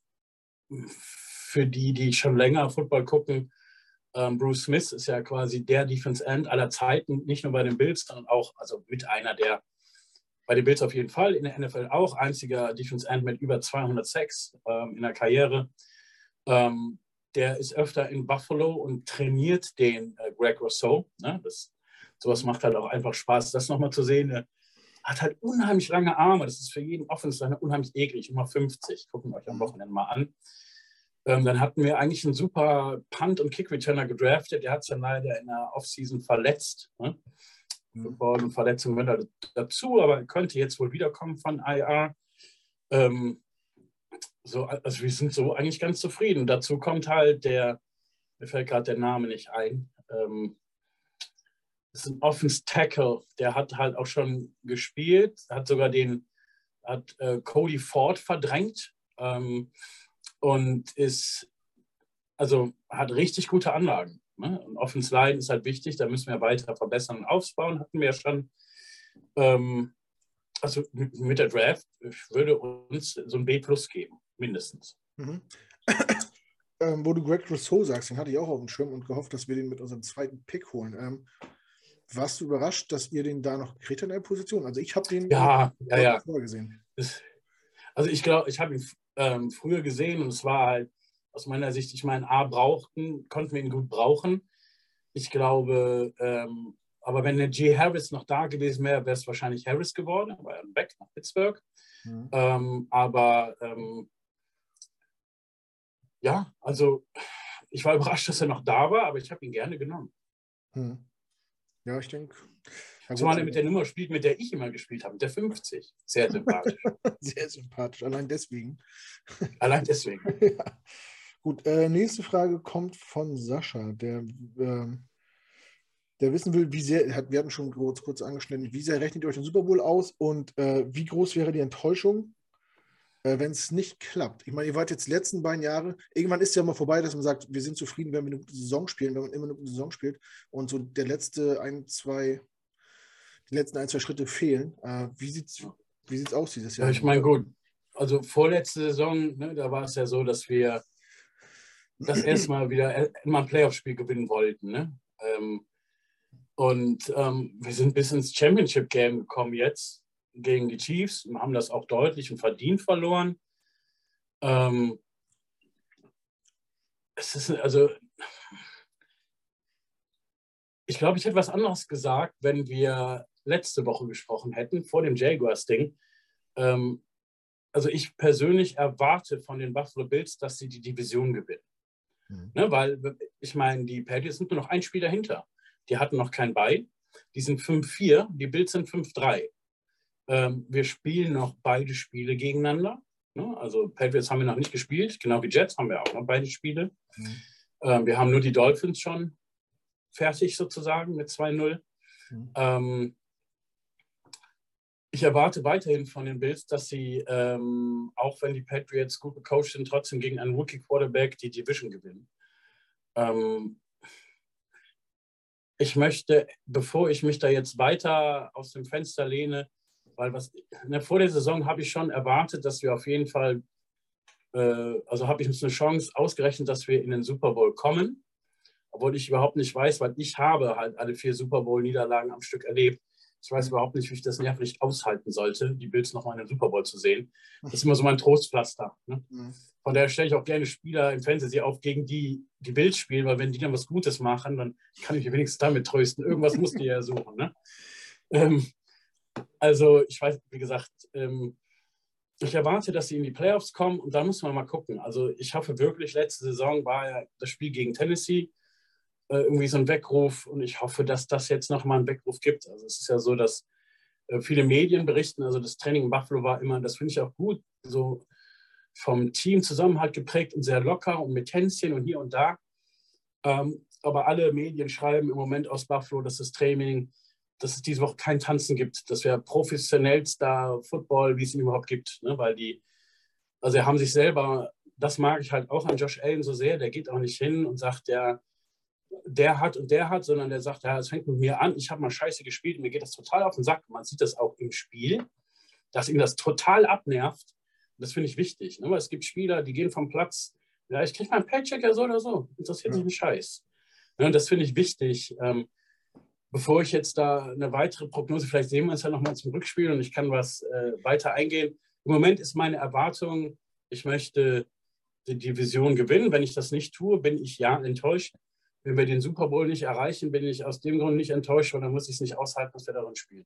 [SPEAKER 2] für die, die schon länger Football gucken, ähm, Bruce Smith ist ja quasi der Defense End aller Zeiten, nicht nur bei den Bills, sondern auch also mit einer der, bei den Bills auf jeden Fall, in der N F L auch, einziger Defense End mit über zweihundert Sacks ähm, in der Karriere. Ähm, der ist öfter in Buffalo und trainiert den äh, Greg Rousseau. Ne? Das, sowas macht halt auch einfach Spaß, das nochmal zu sehen. Er hat halt unheimlich lange Arme. Das ist für jeden Offense unheimlich eklig. Nummer fünfzig. Gucken wir euch am Wochenende mal an. Ähm, dann hatten wir eigentlich einen super Punt- und Kick-Returner gedraftet. Der hat es dann leider in der Offseason verletzt. Ne? Mhm. Und Verletzungen gehören dazu, aber er könnte jetzt wohl wiederkommen von I R. Ähm, so, also wir sind so eigentlich ganz zufrieden. Dazu kommt halt der, mir fällt gerade der Name nicht ein, ähm, das ist ein Offense Tackle, der hat halt auch schon gespielt, hat sogar den, hat äh, Cody Ford verdrängt ähm, und ist, also hat richtig gute Anlagen. Ne? Und Offense Line ist halt wichtig, da müssen wir weiter verbessern und aufbauen, hatten wir ja schon. Ähm, also mit, mit der Draft würde uns so ein B plus geben, mindestens.
[SPEAKER 1] Mhm. ähm, wo du Greg Rousseau sagst, den hatte ich auch auf dem Schirm und gehofft, dass wir den mit unserem zweiten Pick holen. Ähm, warst du überrascht, dass ihr den da noch kriegt in der Position? Also ich habe den
[SPEAKER 2] ja, ja, ja.
[SPEAKER 1] vorher gesehen.
[SPEAKER 2] Das, also ich glaube, ich habe ihn ähm, früher gesehen und es war halt, aus meiner Sicht. Ich meine, A, brauchten, konnten wir ihn gut brauchen. Ich glaube, ähm, aber wenn der G. Harris noch da gewesen wäre, wäre es wahrscheinlich Harris geworden, aber er war weg nach Pittsburgh. Mhm. Ähm, aber ähm, ja, also ich war überrascht, dass er noch da war, aber ich habe ihn gerne genommen.
[SPEAKER 1] Mhm. Ja, ich denke.
[SPEAKER 2] Zumal er mit der Nummer spielt, mit der ich immer gespielt habe, mit der fünfzig. Sehr sympathisch.
[SPEAKER 1] Sehr sympathisch, allein deswegen.
[SPEAKER 2] Allein deswegen.
[SPEAKER 1] Ja. Gut, äh, nächste Frage kommt von Sascha, der, äh, der wissen will, wie sehr, hat, wir hatten schon kurz, kurz angeschnitten, wie sehr rechnet ihr euch den Super Bowl aus und äh, wie groß wäre die Enttäuschung, äh, wenn es nicht klappt? Ich meine, ihr wart jetzt die letzten beiden Jahre, irgendwann ist ja mal vorbei, dass man sagt, wir sind zufrieden, wenn wir eine gute Saison spielen, wenn man immer eine gute Saison spielt und so der letzte ein, zwei die letzten ein, zwei Schritte fehlen. Äh, wie sieht es wie sieht's aus dieses Jahr?
[SPEAKER 2] Ja, ich meine, gut, also vorletzte Saison, ne, da war es ja so, dass wir das erste Mal wieder immer ein Playoff-Spiel gewinnen wollten. Ne? Ähm, und ähm, wir sind bis ins Championship-Game gekommen jetzt gegen die Chiefs und haben das auch deutlich und verdient verloren. Ähm, es ist also ich glaube, ich hätte was anderes gesagt, wenn wir letzte Woche gesprochen hätten, vor dem Jaguars-Ding. Ähm, also ich persönlich erwarte von den Buffalo Bills, dass sie die Division gewinnen. Mhm. Ne, weil, ich meine, die Patriots sind nur noch ein Spiel dahinter. Die hatten noch kein Bye. Die sind fünf vier, die Bills sind fünf drei. Ähm, wir spielen noch beide Spiele gegeneinander. Ne? Also Patriots haben wir noch nicht gespielt, genau wie Jets haben wir auch noch beide Spiele. Mhm. Ähm, wir haben nur die Dolphins schon fertig sozusagen mit zwei null. Mhm. Ähm, ich erwarte weiterhin von den Bills, dass sie, ähm, auch wenn die Patriots gut gecoacht sind, trotzdem gegen einen Rookie-Quarterback die Division gewinnen. Ähm, ich möchte, bevor ich mich da jetzt weiter aus dem Fenster lehne, weil was ne, vor der Saison habe ich schon erwartet, dass wir auf jeden Fall, äh, also habe ich uns eine Chance ausgerechnet, dass wir in den Super Bowl kommen. Obwohl ich überhaupt nicht weiß, weil ich habe halt alle vier Super Bowl-Niederlagen am Stück erlebt. Ich weiß überhaupt nicht, wie ich das nervlich aushalten sollte, die Bills nochmal in den Super Bowl zu sehen. Das ist immer so mein Trostpflaster. Ne? Mhm. Von daher stelle ich auch gerne Spieler im Fantasy auf, gegen die die Bills spielen, weil wenn die dann was Gutes machen, dann kann ich mich wenigstens damit trösten. Irgendwas musst du ja suchen. Ne? Ähm, also ich weiß, wie gesagt, ähm, ich erwarte, dass sie in die Playoffs kommen und da muss man mal gucken. Also ich hoffe wirklich, letzte Saison war ja das Spiel gegen Tennessee irgendwie so ein Weckruf und ich hoffe, dass das jetzt nochmal einen Weckruf gibt. Also es ist ja so, dass äh, viele Medien berichten, also das Training in Buffalo war immer, das finde ich auch gut, so vom Team Zusammenhalt geprägt und sehr locker und mit Tänzchen und hier und da. Ähm, aber alle Medien schreiben im Moment aus Buffalo, dass das Training, dass es diese Woche kein Tanzen gibt. Das wäre professionellster Football, wie es ihn überhaupt gibt. Ne? Weil die, also sie haben sich selber, das mag ich halt auch an Josh Allen so sehr, der geht auch nicht hin und sagt, der der hat und der hat, sondern der sagt, ja, es fängt mit mir an, ich habe mal scheiße gespielt, mir geht das total auf den Sack. Man sieht das auch im Spiel, dass ihn das total abnervt. Und das finde ich wichtig, ne? Weil es gibt Spieler, die gehen vom Platz, ja, ich kriege meinen Paycheck ja so oder so, interessiert mich ja. Ein Scheiß. Ja, und das finde ich wichtig. Ähm, bevor ich jetzt da eine weitere Prognose, vielleicht sehen wir uns ja nochmal zum Rückspiel und ich kann was äh, weiter eingehen. Im Moment ist meine Erwartung, ich möchte die Division gewinnen. Wenn ich das nicht tue, bin ich ja enttäuscht. Wenn wir den Super Bowl nicht erreichen, bin ich aus dem Grund nicht enttäuscht und dann muss ich es nicht aushalten, dass wir darin spielen.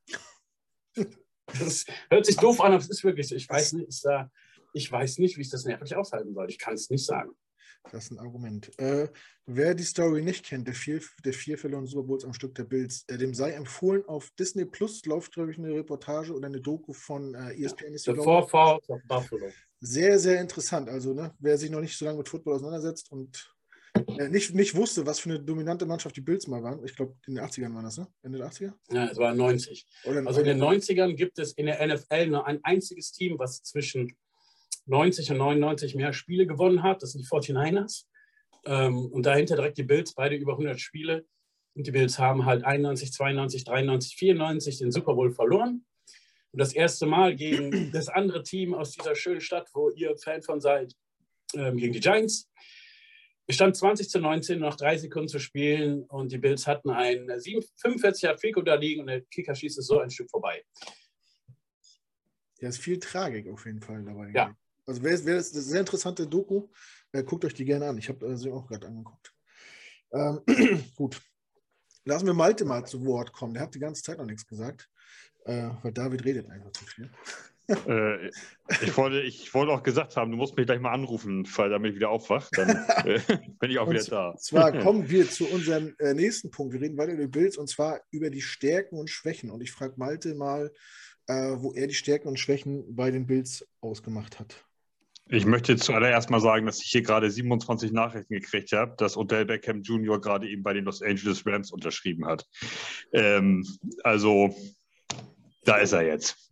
[SPEAKER 2] Das hört sich doof an, aber es ist wirklich so. Ich weiß nicht, ist da, ich weiß nicht, wie ich das nervlich aushalten soll. Ich kann es nicht sagen.
[SPEAKER 1] Das ist ein Argument. Äh, wer die Story nicht kennt, der vier, der vier verlorenen Super Bowls am Stück der Bills, äh, dem sei empfohlen, auf Disney Plus läuft, glaube ich, eine Reportage oder eine Doku von äh, E S P N.
[SPEAKER 2] The Four Falls of Buffalo.
[SPEAKER 1] Sehr, sehr interessant. Also, ne, wer sich noch nicht so lange mit Football auseinandersetzt und äh, nicht, nicht wusste, was für eine dominante Mannschaft die Bills mal waren. Ich glaube, in den achtzigern waren das, ne? Ende der achtziger?
[SPEAKER 2] Ja, es war neunzig. Oder also in den neunzigern gibt es in der N F L nur ein einziges Team, was zwischen neunzig und neunundneunzig mehr Spiele gewonnen hat. Das sind die forty-niners. Ähm, und dahinter direkt die Bills, beide über hundert Spiele. Und die Bills haben halt einundneunzig, zweiundneunzig, dreiundneunzig, vierundneunzig den Super Bowl verloren. Und das erste Mal gegen das andere Team aus dieser schönen Stadt, wo ihr Fan von seid, ähm, gegen die Giants. Es stand zwanzig zu neunzehn, noch drei Sekunden zu spielen und die Bills hatten ein fünfundvierziger Field Goal da liegen und der Kicker schießt es so ein Stück vorbei.
[SPEAKER 1] Ja, ist viel Tragik auf jeden Fall dabei.
[SPEAKER 2] Ja,
[SPEAKER 1] Also wer, wer ist, das ist eine sehr interessante Doku. Äh, guckt euch die gerne an. Ich habe äh, sie auch gerade angeguckt. Ähm, gut. Lassen wir Malte mal zu Wort kommen. Der hat die ganze Zeit noch nichts gesagt. Äh, weil David redet einfach zu viel.
[SPEAKER 3] Äh, ich, wollte, ich wollte auch gesagt haben, du musst mich gleich mal anrufen, weil damit ich wieder aufwache. Dann äh, bin ich auch
[SPEAKER 1] Und
[SPEAKER 3] wieder da.
[SPEAKER 1] zwar kommen wir zu unserem äh, nächsten Punkt. Wir reden weiter über Bills und zwar über die Stärken und Schwächen. Und ich frage Malte mal, äh, wo er die Stärken und Schwächen bei den Bills ausgemacht hat.
[SPEAKER 3] Ich möchte zuallererst mal sagen, dass ich hier gerade siebenundzwanzig Nachrichten gekriegt habe, dass Odell Beckham Junior gerade eben bei den Los Angeles Rams unterschrieben hat. Ähm, also, da ist er jetzt.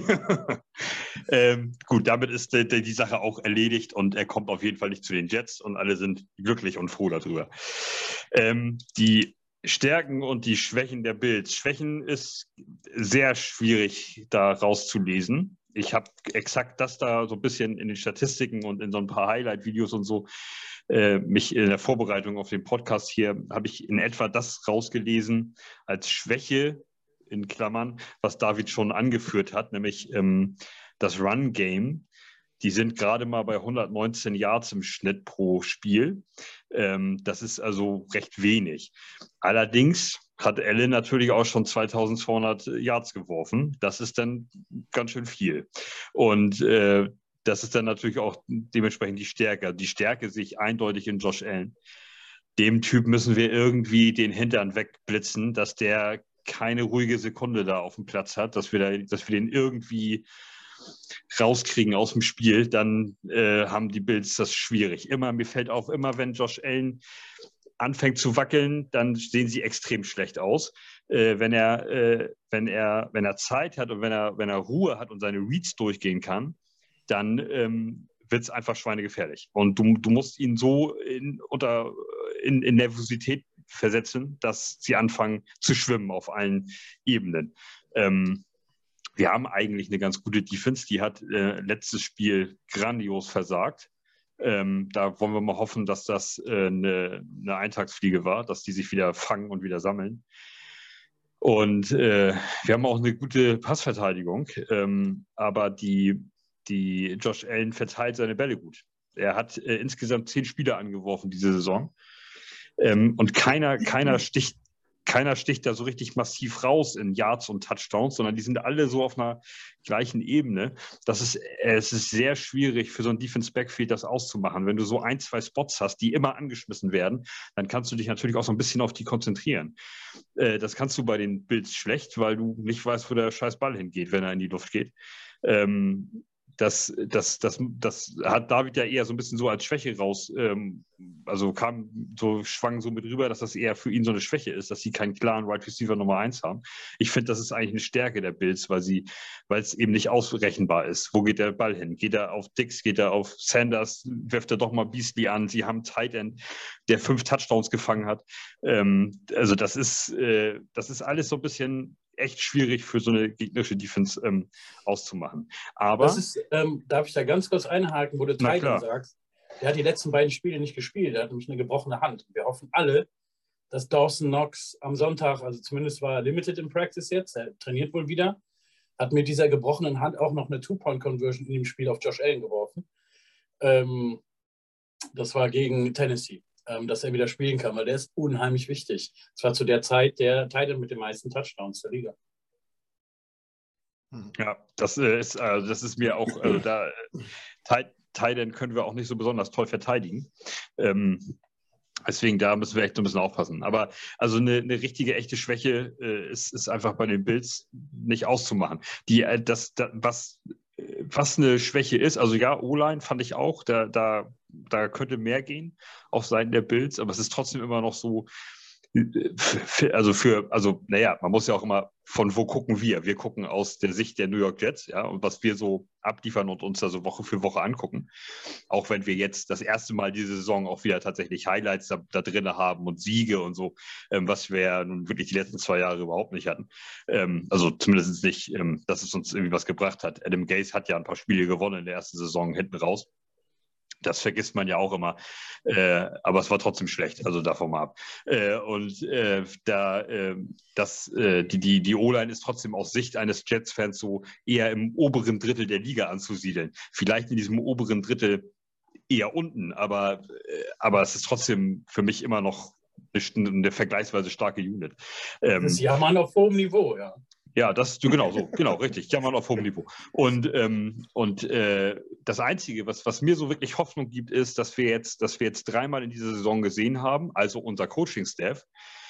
[SPEAKER 3] ähm, gut, damit ist die, die Sache auch erledigt und er kommt auf jeden Fall nicht zu den Jets und alle sind glücklich und froh darüber. Ähm, die Stärken und die Schwächen der Bills. Schwächen ist sehr schwierig da rauszulesen. Ich habe exakt das da so ein bisschen in den Statistiken und in so ein paar Highlight-Videos und so äh, mich in der Vorbereitung auf den Podcast hier, habe ich in etwa das rausgelesen als Schwäche, in Klammern, was David schon angeführt hat, nämlich ähm, das Run-Game. Die sind gerade mal bei hundertneunzehn Yards im Schnitt pro Spiel. Ähm, das ist also recht wenig. Allerdings hat Allen natürlich auch schon zweitausendzweihundert Yards geworfen. Das ist dann ganz schön viel. Und äh, das ist dann natürlich auch dementsprechend die Stärke. Die Stärke sehe ich eindeutig in Josh Allen. Dem Typ müssen wir irgendwie den Hintern wegblitzen, dass der keine ruhige Sekunde da auf dem Platz hat, dass wir, da, dass wir den irgendwie rauskriegen aus dem Spiel, dann äh, haben die Bills das schwierig. Immer, mir fällt auf, immer wenn Josh Allen anfängt zu wackeln, dann sehen sie extrem schlecht aus. Äh, wenn er, äh, wenn er, wenn er Zeit hat und wenn er, wenn er Ruhe hat und seine Reads durchgehen kann, dann ähm, wird es einfach schweinegefährlich. Und du, du musst ihn so in, unter, in, in Nervosität versetzen, dass sie anfangen zu schwimmen auf allen Ebenen. Ähm, wir haben eigentlich eine ganz gute Defense. Die hat äh, letztes Spiel grandios versagt. Ähm, da wollen wir mal hoffen, dass das äh, eine, eine Eintagsfliege war, dass die sich wieder fangen und wieder sammeln. Und äh, wir haben auch eine gute Passverteidigung, ähm, aber die, die Josh Allen verteilt seine Bälle gut. Er hat äh, insgesamt zehn Spieler angeworfen diese Saison. Ähm, und keiner, keiner sticht Keiner sticht da so richtig massiv raus in Yards und Touchdowns, sondern die sind alle so auf einer gleichen Ebene. Das ist, es ist sehr schwierig für so ein Defense-Backfield das auszumachen. Wenn du so ein, zwei Spots hast, die immer angeschmissen werden, dann kannst du dich natürlich auch so ein bisschen auf die konzentrieren. Äh, das kannst du bei den Bills schlecht, weil du nicht weißt, wo der scheiß Ball hingeht, wenn er in die Luft geht. Ähm, Das, das, das, das hat David ja eher so ein bisschen so als Schwäche raus, ähm, also kam so, schwang so mit rüber, dass das eher für ihn so eine Schwäche ist, dass sie keinen klaren Wide Receiver Nummer eins haben. Ich finde, das ist eigentlich eine Stärke der Bills, weil sie, weil es eben nicht ausrechenbar ist. Wo geht der Ball hin? Geht er auf Dix, geht er auf Sanders, wirft er doch mal Beasley an? Sie haben einen Tight End, der fünf Touchdowns gefangen hat. Ähm, also das ist, äh, das ist alles so ein bisschen echt schwierig für so eine gegnerische Defense ähm, auszumachen. Aber
[SPEAKER 2] das ist, ähm, darf ich da ganz kurz einhaken, wo du
[SPEAKER 3] Na
[SPEAKER 2] Titan
[SPEAKER 3] klar.
[SPEAKER 2] sagst? Der hat die letzten beiden Spiele nicht gespielt. Er hat nämlich eine gebrochene Hand. Wir hoffen alle, dass Dawson Knox am Sonntag, also zumindest war er limited in Practice jetzt, er trainiert wohl wieder, hat mit dieser gebrochenen Hand auch noch eine Two-Point-Conversion in dem Spiel auf Josh Allen geworfen. Ähm, das war gegen Tennessee, ähm, dass er wieder spielen kann, weil der ist unheimlich wichtig. Es war zu der Zeit der Titan mit den meisten Touchdowns der Liga.
[SPEAKER 3] Ja, das äh, ist, also das ist mir auch, also da Titan können wir auch nicht so besonders toll verteidigen. Ähm, deswegen da müssen wir echt so ein bisschen aufpassen. Aber also eine, eine richtige, echte Schwäche äh, ist, ist einfach bei den Bills nicht auszumachen. Die, äh, das, das, was, was eine Schwäche ist, also ja, O-Line fand ich auch, da, da, da könnte mehr gehen auf Seiten der Bills, aber es ist trotzdem immer noch so, also für, also naja, man muss ja auch immer, von wo gucken wir? Wir gucken aus der Sicht der New York Jets, ja, und was wir so abliefern und uns da so Woche für Woche angucken. Auch wenn wir jetzt das erste Mal diese Saison auch wieder tatsächlich Highlights da, da drin haben und Siege und so, ähm, was wir ja nun wirklich die letzten zwei Jahre überhaupt nicht hatten. Ähm, also zumindest nicht, ähm, dass es uns irgendwie was gebracht hat. Adam Gase hat ja ein paar Spiele gewonnen in der ersten Saison hinten raus. Das vergisst man ja auch immer. Äh, aber es war trotzdem schlecht, also davon mal ab. Äh, und äh, da äh, das, äh, die, die, die O-Line ist trotzdem aus Sicht eines Jets-Fans so eher im oberen Drittel der Liga anzusiedeln. Vielleicht in diesem oberen Drittel eher unten, aber, äh, aber es ist trotzdem für mich immer noch eine, eine vergleichsweise starke Unit.
[SPEAKER 2] Ähm, das ist Jammern auf hohem Niveau, ja.
[SPEAKER 3] Ja, das genau so, genau, richtig. Jammern auf hohem Niveau. Und, ähm, und äh, das Einzige, was, was mir so wirklich Hoffnung gibt, ist, dass wir jetzt, dass wir jetzt dreimal in dieser Saison gesehen haben, also unser Coaching-Staff,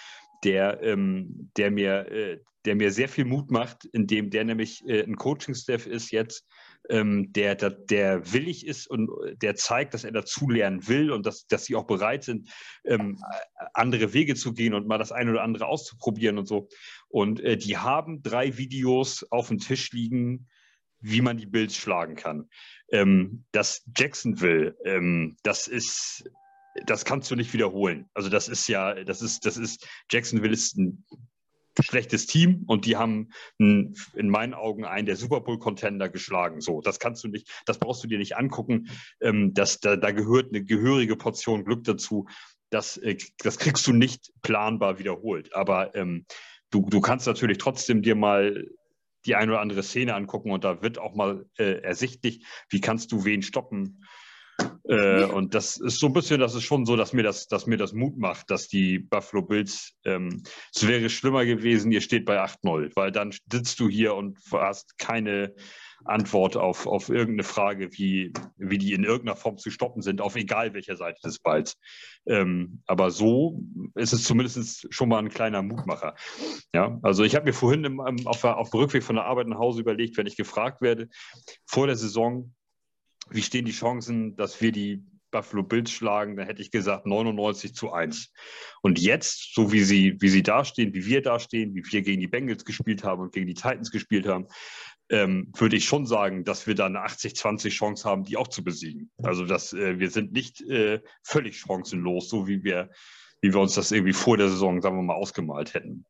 [SPEAKER 3] der, ähm, der, mir, äh, der mir sehr viel Mut macht, indem der nämlich äh, ein Coaching-Staff ist jetzt, ähm, der, der, der willig ist und der zeigt, dass er dazulernen will und dass, dass sie auch bereit sind, ähm, andere Wege zu gehen und mal das eine oder andere auszuprobieren und so. Und äh, die haben drei Videos auf dem Tisch liegen, wie man die Bills schlagen kann. Ähm, das Jacksonville, ähm, das ist, das kannst du nicht wiederholen. Also das ist ja, das ist, das ist, Jacksonville ist ein schlechtes Team und die haben einen, in meinen Augen einen der Super Bowl-Contender geschlagen. So, das kannst du nicht, das brauchst du dir nicht angucken. Ähm, das, da, da gehört eine gehörige Portion Glück dazu. Das, äh, das kriegst du nicht planbar wiederholt. Aber ähm, du, du kannst natürlich trotzdem dir mal die eine oder andere Szene angucken und da wird auch mal äh, ersichtlich, wie kannst du wen stoppen. Äh, und das ist so ein bisschen, das ist schon so, dass mir das, dass mir das Mut macht, dass die Buffalo Bills, ähm, es wäre schlimmer gewesen, ihr steht bei acht null, weil dann sitzt du hier und hast keine Antwort auf, auf irgendeine Frage, wie, wie die in irgendeiner Form zu stoppen sind, auf egal welcher Seite des Balls. Ähm, aber so ist es zumindest schon mal ein kleiner Mutmacher. Ja, also ich habe mir vorhin im, auf, der, auf dem Rückweg von der Arbeit nach Hause überlegt, wenn ich gefragt werde, vor der Saison, wie stehen die Chancen, dass wir die Buffalo Bills schlagen, dann hätte ich gesagt neunundneunzig zu eins. Und jetzt, so wie sie, wie sie dastehen, wie wir dastehen, wie wir gegen die Bengals gespielt haben und gegen die Titans gespielt haben, ähm, würde ich schon sagen, dass wir da eine achtzig zwanzig Chance haben, die auch zu besiegen. Also dass, äh, wir sind nicht äh, völlig chancenlos, so wie wir, wie wir uns das irgendwie vor der Saison, sagen wir mal, ausgemalt hätten.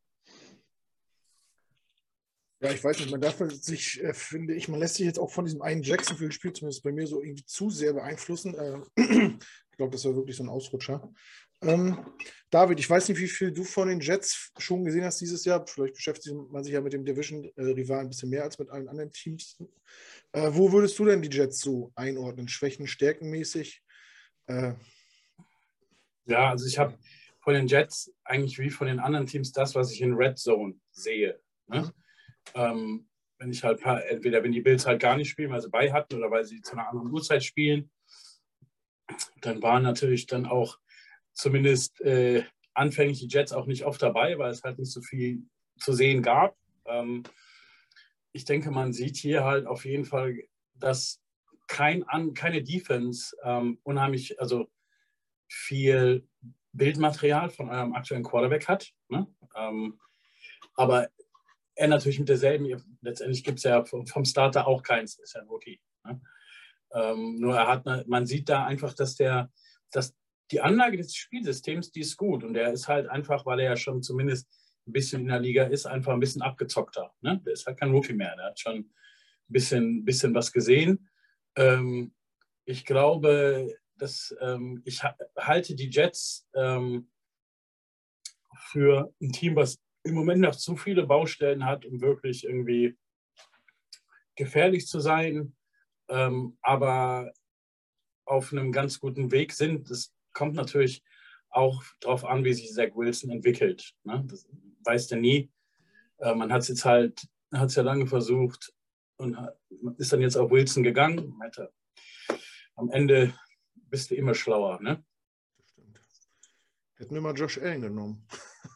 [SPEAKER 1] Ja, ich weiß nicht, man darf sich, äh, finde ich, man lässt sich jetzt auch von diesem einen Jacksonville-Spiel, zumindest bei mir, so irgendwie zu sehr beeinflussen. Äh, ich glaube, das war wirklich so ein Ausrutscher. Ähm, David, ich weiß nicht, wie viel du von den Jets schon gesehen hast dieses Jahr. Vielleicht beschäftigt man sich ja mit dem Division-Rivalen ein bisschen mehr als mit allen anderen Teams. Äh, wo würdest du denn die Jets so einordnen? Schwächen, Stärken mäßig? Äh,
[SPEAKER 2] ja, also ich habe von den Jets eigentlich wie von den anderen Teams das, was ich in Red Zone sehe. Ne? Mhm. Ähm, wenn ich halt, entweder wenn die Bills halt gar nicht spielen, weil sie bei hatten oder weil sie zu einer anderen Uhrzeit spielen, dann waren natürlich dann auch zumindest äh, anfänglich die Jets auch nicht oft dabei, weil es halt nicht so viel zu sehen gab. Ähm, ich denke, man sieht hier halt auf jeden Fall, dass kein an, keine Defense ähm, unheimlich, also viel Bildmaterial von eurem aktuellen Quarterback hat. Ne? Ähm, aber er natürlich mit derselben, letztendlich gibt es ja vom Starter auch keins, ist ja ein Rookie. Ne? Ähm, nur er hat, eine, man sieht da einfach, dass der, dass die Anlage des Spielsystems, die ist gut und der ist halt einfach, weil er ja schon zumindest ein bisschen in der Liga ist, einfach ein bisschen abgezockter. Ne? Der ist halt kein Rookie mehr, der hat schon ein bisschen, bisschen was gesehen. Ähm, ich glaube, dass ähm, ich ha halte die Jets ähm, für ein Team, was im Moment noch zu viele Baustellen hat, um wirklich irgendwie gefährlich zu sein, ähm, aber auf einem ganz guten Weg sind. Das kommt natürlich auch darauf an, wie sich Zach Wilson entwickelt. Ne? Das weißt du nie. Äh, man hat es jetzt halt, hat es ja lange versucht und ist dann jetzt auf Wilson gegangen. Meinte, am Ende bist du immer schlauer. Ne?
[SPEAKER 1] Das stimmt. Hätten wir mal Josh Allen genommen.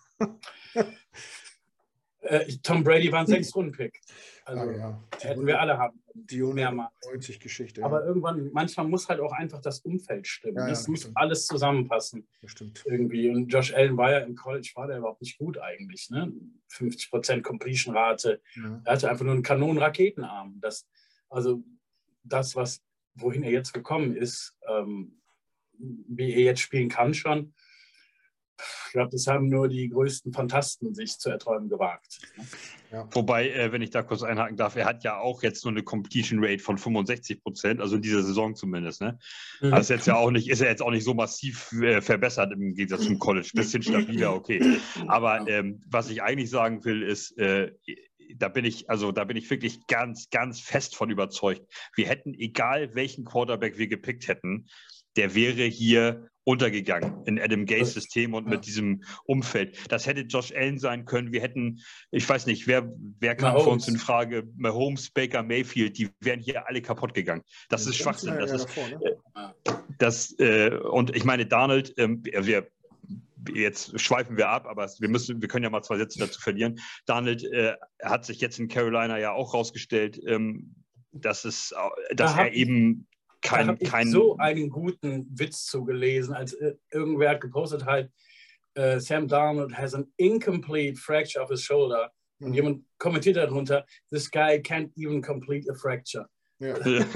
[SPEAKER 2] äh, Tom Brady war ein Sechs-Runden-Pick. Also
[SPEAKER 1] ah, ja.
[SPEAKER 2] hätten wir alle haben.
[SPEAKER 1] Die hundertneunzig-Geschichte.
[SPEAKER 2] Aber ja. irgendwann, manchmal muss halt auch einfach das Umfeld stimmen.
[SPEAKER 1] Ja, ja,
[SPEAKER 2] das, das muss
[SPEAKER 1] stimmt.
[SPEAKER 2] alles zusammenpassen.
[SPEAKER 1] Das stimmt.
[SPEAKER 2] Irgendwie. Und Josh Allen war ja im College, war der überhaupt nicht gut eigentlich. Ne? fünfzig Prozent Completion-Rate. Ja. Er hatte einfach nur einen Kanonen-Raketenarm. Das, also das, was, wohin er jetzt gekommen ist, ähm, wie er jetzt spielen kann schon, Ich glaube, das haben nur die größten Fantasten sich zu erträumen gewagt.
[SPEAKER 3] Ja. Wobei, äh, wenn ich da kurz einhaken darf, er hat ja auch jetzt nur eine Completion Rate von fünfundsechzig Prozent, also in dieser Saison zumindest. Ne? Mhm. Also jetzt ja auch nicht, ist er jetzt auch nicht so massiv äh, verbessert im Gegensatz zum College. Bisschen stabiler, okay. Aber ähm, was ich eigentlich sagen will, ist, äh, da bin ich, also da bin ich wirklich ganz, ganz fest von überzeugt. Wir hätten, egal welchen Quarterback wir gepickt hätten, der wäre hier untergegangen in Adam Gates System und ja. mit diesem Umfeld. Das hätte Josh Allen sein können. Wir hätten, ich weiß nicht, wer, wer kam Mahomes. Für uns in Frage? Mahomes, Baker, Mayfield, die wären hier alle kaputt gegangen. Das ja, ist Schwachsinn. Das ist, davor, ne? äh, das, äh, und ich meine, Darnold, äh, wir jetzt schweifen wir ab, aber wir müssen, wir können ja mal zwei Sätze dazu verlieren. Darnold äh, hat sich jetzt in Carolina ja auch rausgestellt, ähm, dass es, dass da er eben kein,
[SPEAKER 2] da habe ich
[SPEAKER 3] kein
[SPEAKER 2] so einen guten Witz zugelesen, als äh, irgendwer hat gepostet halt, äh, Sam Darnold has an incomplete fracture of his shoulder. Mhm. Und jemand kommentiert darunter, this guy can't even complete a fracture. Ja.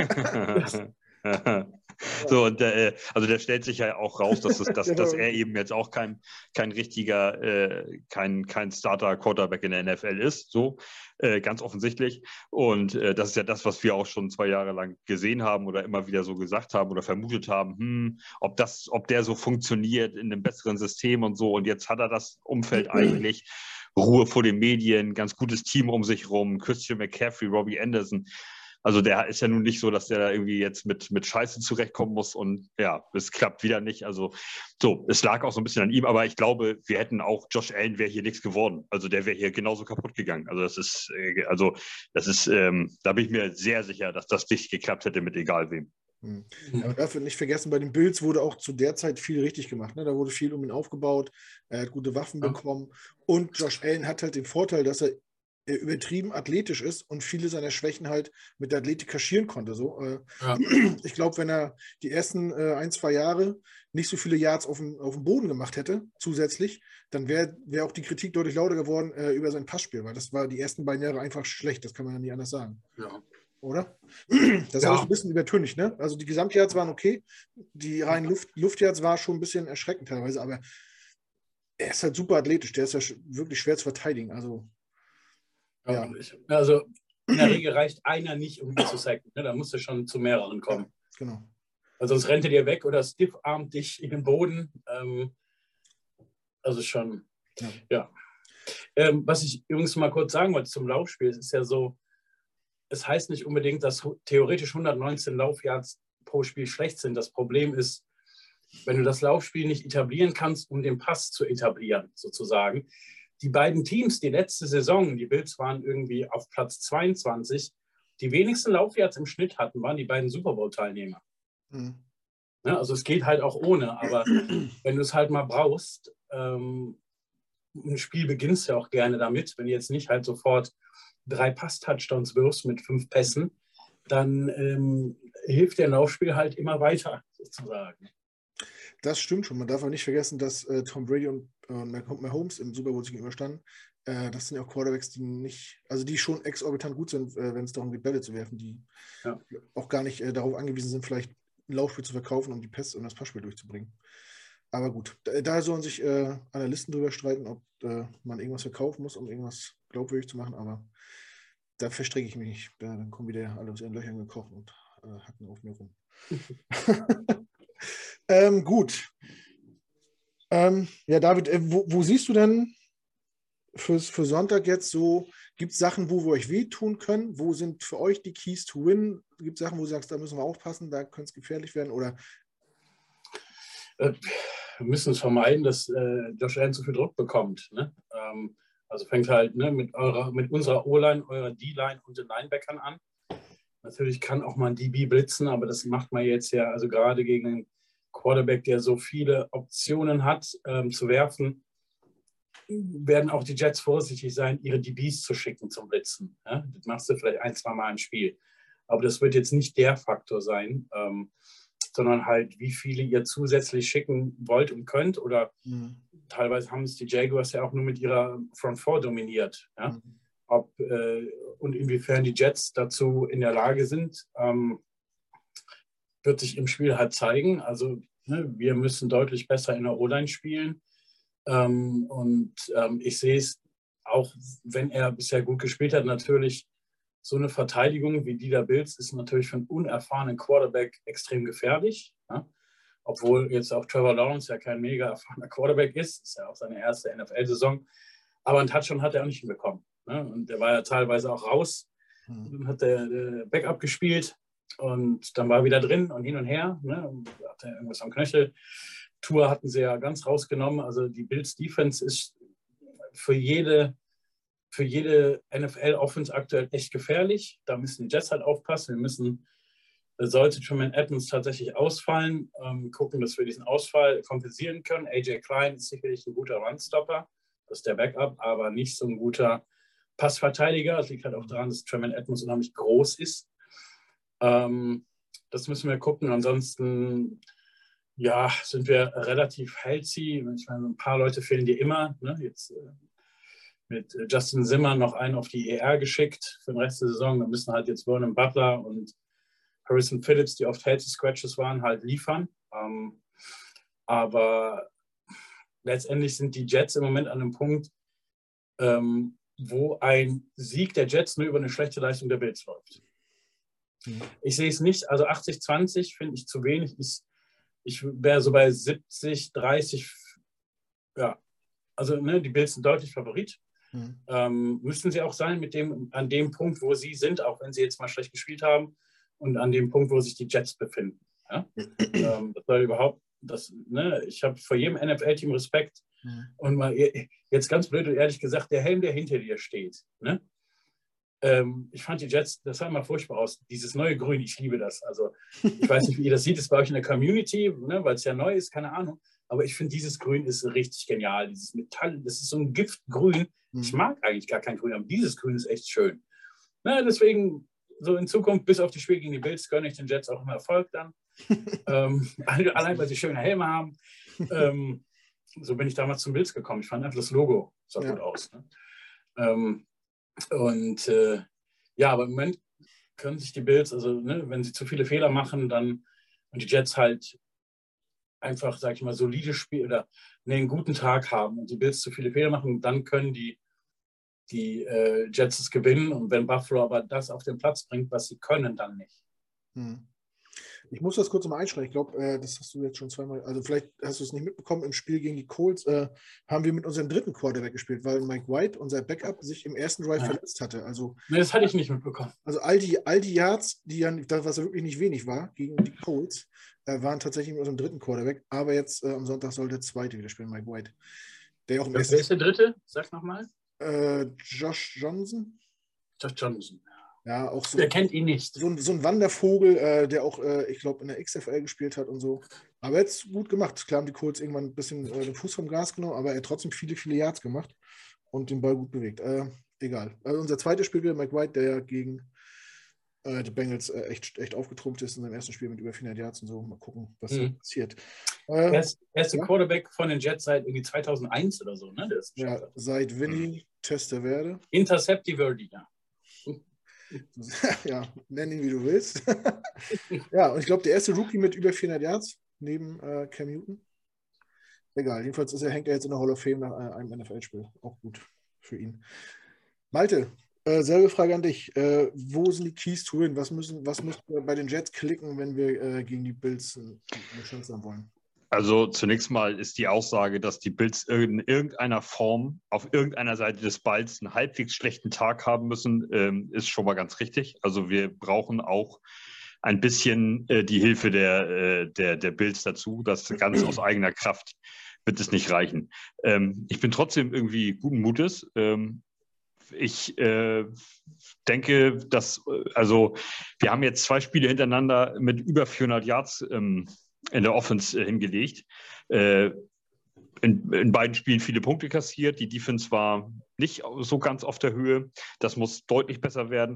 [SPEAKER 3] So, und der, äh, also der stellt sich ja auch raus, dass, es, dass, dass er eben jetzt auch kein, kein richtiger, äh, kein, kein Starter-Quarterback in der N F L ist, so äh, ganz offensichtlich. Und äh, das ist ja das, was wir auch schon zwei Jahre lang gesehen haben oder immer wieder so gesagt haben oder vermutet haben, hm, ob das, ob der so funktioniert in einem besseren System und so. Und jetzt hat er das Umfeld eigentlich, Ruhe vor den Medien, ganz gutes Team um sich rum, Christian McCaffrey, Robbie Anderson. Also der ist ja nun nicht so, dass der da irgendwie jetzt mit, mit Scheiße zurechtkommen muss und ja, es klappt wieder nicht. Also so, es lag auch so ein bisschen an ihm, aber ich glaube, wir hätten auch, Josh Allen wäre hier nichts geworden. Also der wäre hier genauso kaputt gegangen. Also das ist, äh, also das ist, ähm, da bin ich mir sehr sicher, dass das nicht geklappt hätte mit egal wem.
[SPEAKER 1] Mhm. Ja, man darf nicht vergessen, bei den Bills wurde auch zu der Zeit viel richtig gemacht. Ne? Da wurde viel um ihn aufgebaut, er hat gute Waffen ja. bekommen und Josh Allen hat halt den Vorteil, dass er übertrieben athletisch ist und viele seiner Schwächen halt mit der Athletik kaschieren konnte. So. Äh, ja. Ich glaube, wenn er die ersten äh, ein, zwei Jahre nicht so viele Yards auf dem, auf dem Boden gemacht hätte, zusätzlich, dann wäre wär auch die Kritik deutlich lauter geworden äh, über sein Passspiel, weil das war die ersten beiden Jahre einfach schlecht, das kann man ja nie anders sagen. Ja. Oder? Das ist ja. auch ein bisschen übertönig, ne? Also die Gesamtyards waren okay, die reinen Luft, Luftyards war schon ein bisschen erschreckend teilweise, aber er ist halt super athletisch, der ist ja wirklich schwer zu verteidigen, also
[SPEAKER 2] Ja. Also in der Regel reicht einer nicht, um ihn zu sacken. Ne? Da musst du schon zu mehreren kommen.
[SPEAKER 1] Ja, genau.
[SPEAKER 2] Also sonst rennt er dir weg oder stiffarmt dich in den Boden. Ähm, also schon, ja. ja. Ähm, was ich übrigens mal kurz sagen wollte zum Laufspiel, es ist ja so, es heißt nicht unbedingt, dass theoretisch hundertneunzehn Laufyards pro Spiel schlecht sind. Das Problem ist, wenn du das Laufspiel nicht etablieren kannst, um den Pass zu etablieren, sozusagen. Die beiden Teams, die letzte Saison, die Bills waren irgendwie auf Platz zweiundzwanzig, die wenigsten Laufyards im Schnitt hatten, waren die beiden Super Bowl-Teilnehmer. Mhm. Ja, also es geht halt auch ohne, aber wenn du es halt mal brauchst, ähm, ein Spiel beginnst ja auch gerne damit, wenn du jetzt nicht halt sofort drei Pass-Touchdowns wirfst mit fünf Pässen, dann ähm, hilft der Laufspiel halt immer weiter, sozusagen.
[SPEAKER 1] Das stimmt schon. Man darf auch nicht vergessen, dass äh, Tom Brady und äh, Mahomes im Super Bowl gegenüberstanden. Äh, das sind ja auch Quarterbacks, die nicht, also die schon exorbitant gut sind, äh, wenn es darum geht, Bälle zu werfen, die ja. auch gar nicht äh, darauf angewiesen sind, vielleicht ein Laufspiel zu verkaufen, um die Pässe und das Passspiel durchzubringen. Aber gut, da, da sollen sich äh, Analysten drüber streiten, ob äh, man irgendwas verkaufen muss, um irgendwas glaubwürdig zu machen, aber da verstricke ich mich nicht. Da, dann kommen wieder alle aus ihren Löchern gekocht und äh, hacken auf mir rum. Ähm, gut. Ähm, ja, David, äh, wo, wo siehst du denn fürs, für Sonntag jetzt so, gibt es Sachen, wo wir euch wehtun können? Wo sind für euch die Keys to Win? Gibt es Sachen, wo du sagst, da müssen wir aufpassen, da könnte es gefährlich werden? Oder?
[SPEAKER 2] Äh, wir müssen es vermeiden, dass äh, Josh Allen zu viel Druck bekommt. Ne? Ähm, also fängt halt ne, mit, eurer, mit unserer O-Line, eurer D-Line und den Linebackern an. Natürlich kann auch mal ein D B blitzen, aber das macht man jetzt ja, also gerade gegen einen Quarterback, der so viele Optionen hat, ähm, zu werfen, werden auch die Jets vorsichtig sein, ihre D Bs zu schicken zum Blitzen. Ja? Das machst du vielleicht ein, zwei Mal im Spiel. Aber das wird jetzt nicht der Faktor sein, ähm, sondern halt, wie viele ihr zusätzlich schicken wollt und könnt. Oder mhm. teilweise haben es die Jaguars ja auch nur mit ihrer Front Four dominiert. Ja? Mhm. Ob, äh, und inwiefern die Jets dazu in der Lage sind, ähm, wird sich im Spiel halt zeigen. Also ne, wir müssen deutlich besser in der O-Line spielen. Ähm, und ähm, ich sehe es auch, wenn er bisher gut gespielt hat, natürlich so eine Verteidigung wie die der Bills ist natürlich für einen unerfahrenen Quarterback extrem gefährlich. Ja? Obwohl jetzt auch Trevor Lawrence ja kein mega erfahrener Quarterback ist, ist ja auch seine erste N F L-Saison. Aber einen Touchdown hat er auch nicht hinbekommen. Ne? Und der war ja teilweise auch raus. Mhm. Dann hat der, der Backup gespielt und dann war er wieder drin und hin und her. Ne? Und hat er irgendwas am Knöchel. Tour hatten sie ja ganz rausgenommen. Also die Bills Defense ist für jede, für jede N F L-Offense aktuell echt gefährlich. Da müssen die Jets halt aufpassen. Wir müssen, sollte Tremaine Edmonds tatsächlich ausfallen, ähm, gucken, dass wir diesen Ausfall kompensieren können. A J Klein ist sicherlich ein guter Runstopper. Das ist der Backup, aber nicht so ein guter Passverteidiger. Das liegt halt auch daran, dass Tremaine Edmonds unheimlich groß ist. Ähm, das müssen wir gucken. Ansonsten ja, sind wir relativ healthy. Ich meine, ein paar Leute fehlen dir immer. Ne? Jetzt äh, mit Justin Zimmer noch einen auf die E R geschickt für den Rest der Saison. Da müssen halt jetzt Vernon Butler und Harrison Phillips, die oft healthy Scratches waren, halt liefern. Ähm, aber letztendlich sind die Jets im Moment an einem Punkt, ähm, wo ein Sieg der Jets nur über eine schlechte Leistung der Bills läuft. Mhm. Ich sehe es nicht. Also achtzig zwanzig finde ich zu wenig. Ich, ich wäre so bei siebzig dreißig. Ja, also ne, die Bills sind deutlich Favorit. Mhm. Ähm, müssen sie auch sein mit dem, an dem Punkt, wo sie sind, auch wenn sie jetzt mal schlecht gespielt haben und an dem Punkt, wo sich die Jets befinden. Ja? ähm, das soll überhaupt, das, ne, ich habe vor jedem N F L-Team Respekt. Mhm. Und mal jetzt ganz blöd und ehrlich gesagt, der Helm, der hinter dir steht. Ne? Ähm, ich fand die Jets, das sah immer furchtbar aus. Dieses neue Grün, ich liebe das. Also ich weiß nicht, wie ihr das seht, das ist bei euch in der Community, ne, weil es ja neu ist, keine Ahnung. Aber ich finde, dieses Grün ist richtig genial. Dieses Metall, das ist so ein Giftgrün. Mhm. Ich mag eigentlich gar kein Grün, aber dieses Grün ist echt schön. Na, deswegen, so in Zukunft, bis auf die Spiele gegen die Bills, gönne ich den Jets auch immer Erfolg dann. ähm, allein, weil sie schöne Helme haben. Ähm, so bin ich damals zum Bills gekommen. Ich fand einfach das Logo sah ja gut aus. Ne? Ähm, und äh, ja, aber im Moment können sich die Bills, also ne, wenn sie zu viele Fehler machen, dann und die Jets halt einfach, sag ich mal, solide Spiel oder ne, einen guten Tag haben und die Bills zu viele Fehler machen, dann können die, die äh, Jets es gewinnen. Und wenn Buffalo aber das auf den Platz bringt, was sie können, dann nicht.
[SPEAKER 1] Hm. Ich muss das kurz mal einschreiben. Ich glaube, äh, das hast du jetzt schon zweimal, also vielleicht hast du es nicht mitbekommen, im Spiel gegen die Colts äh, haben wir mit unserem dritten Quarterback gespielt, weil Mike White, unser Backup, sich im ersten Drive ja verletzt hatte. Also,
[SPEAKER 2] nee, das hatte ich nicht mitbekommen.
[SPEAKER 1] Also all die, all die Yards, die ja, was ja wirklich nicht wenig war, gegen die Colts, äh, waren tatsächlich mit unserem dritten Quarterback. Aber jetzt äh, am Sonntag soll der zweite wieder spielen, Mike White. Der auch im
[SPEAKER 2] Wer ist der dritte? Sag nochmal.
[SPEAKER 1] Äh, Josh Johnson.
[SPEAKER 2] Josh Johnson.
[SPEAKER 1] Ja, auch so.
[SPEAKER 2] Wer kennt ihn nicht?
[SPEAKER 1] So ein, so ein Wandervogel, äh, der auch, äh, ich glaube, in der X F L gespielt hat und so. Aber jetzt gut gemacht. Klar haben die Colts irgendwann ein bisschen äh, den Fuß vom Gas genommen, aber er hat trotzdem viele, viele Yards gemacht und den Ball gut bewegt. Äh, egal. Also unser zweites Spiel wieder Mike White, der ja gegen äh, die Bengals äh, echt, echt aufgetrumpft ist in seinem ersten Spiel mit über vierhundert Yards und so. Mal gucken, was mhm. passiert.
[SPEAKER 2] Äh, er ist der erste ja? Quarterback von den Jets seit irgendwie zweitausendeins oder so, ne? Der ist
[SPEAKER 1] ja, seit Vinny Testaverde.
[SPEAKER 2] Interceptiverde, ja.
[SPEAKER 1] Ja, nenn ihn wie du willst. Ja, und ich glaube, der erste Rookie mit über vierhundert Yards neben äh, Cam Newton. Egal, jedenfalls ist er, hängt er jetzt in der Hall of Fame nach äh, einem N F L-Spiel. Auch gut für ihn. Malte, äh, selbe Frage an dich. Äh, wo sind die Keys to win? Was müssen, was müssen wir bei den Jets klicken, wenn wir äh, gegen die Bills eine Chance haben wollen?
[SPEAKER 3] Also zunächst mal ist die Aussage, dass die Bills in irgendeiner Form auf irgendeiner Seite des Balls einen halbwegs schlechten Tag haben müssen, ähm, ist schon mal ganz richtig. Also wir brauchen auch ein bisschen äh, die Hilfe der, äh, der, der Bills dazu. Das ganz aus eigener Kraft wird es nicht reichen. Ähm, ich bin trotzdem irgendwie guten Mutes. Ähm, ich äh, denke, dass, also wir haben jetzt zwei Spiele hintereinander mit über vierhundert Yards ähm, in der Offense äh, hingelegt. Äh, in, in beiden Spielen viele Punkte kassiert. Die Defense war nicht so ganz auf der Höhe. Das muss deutlich besser werden.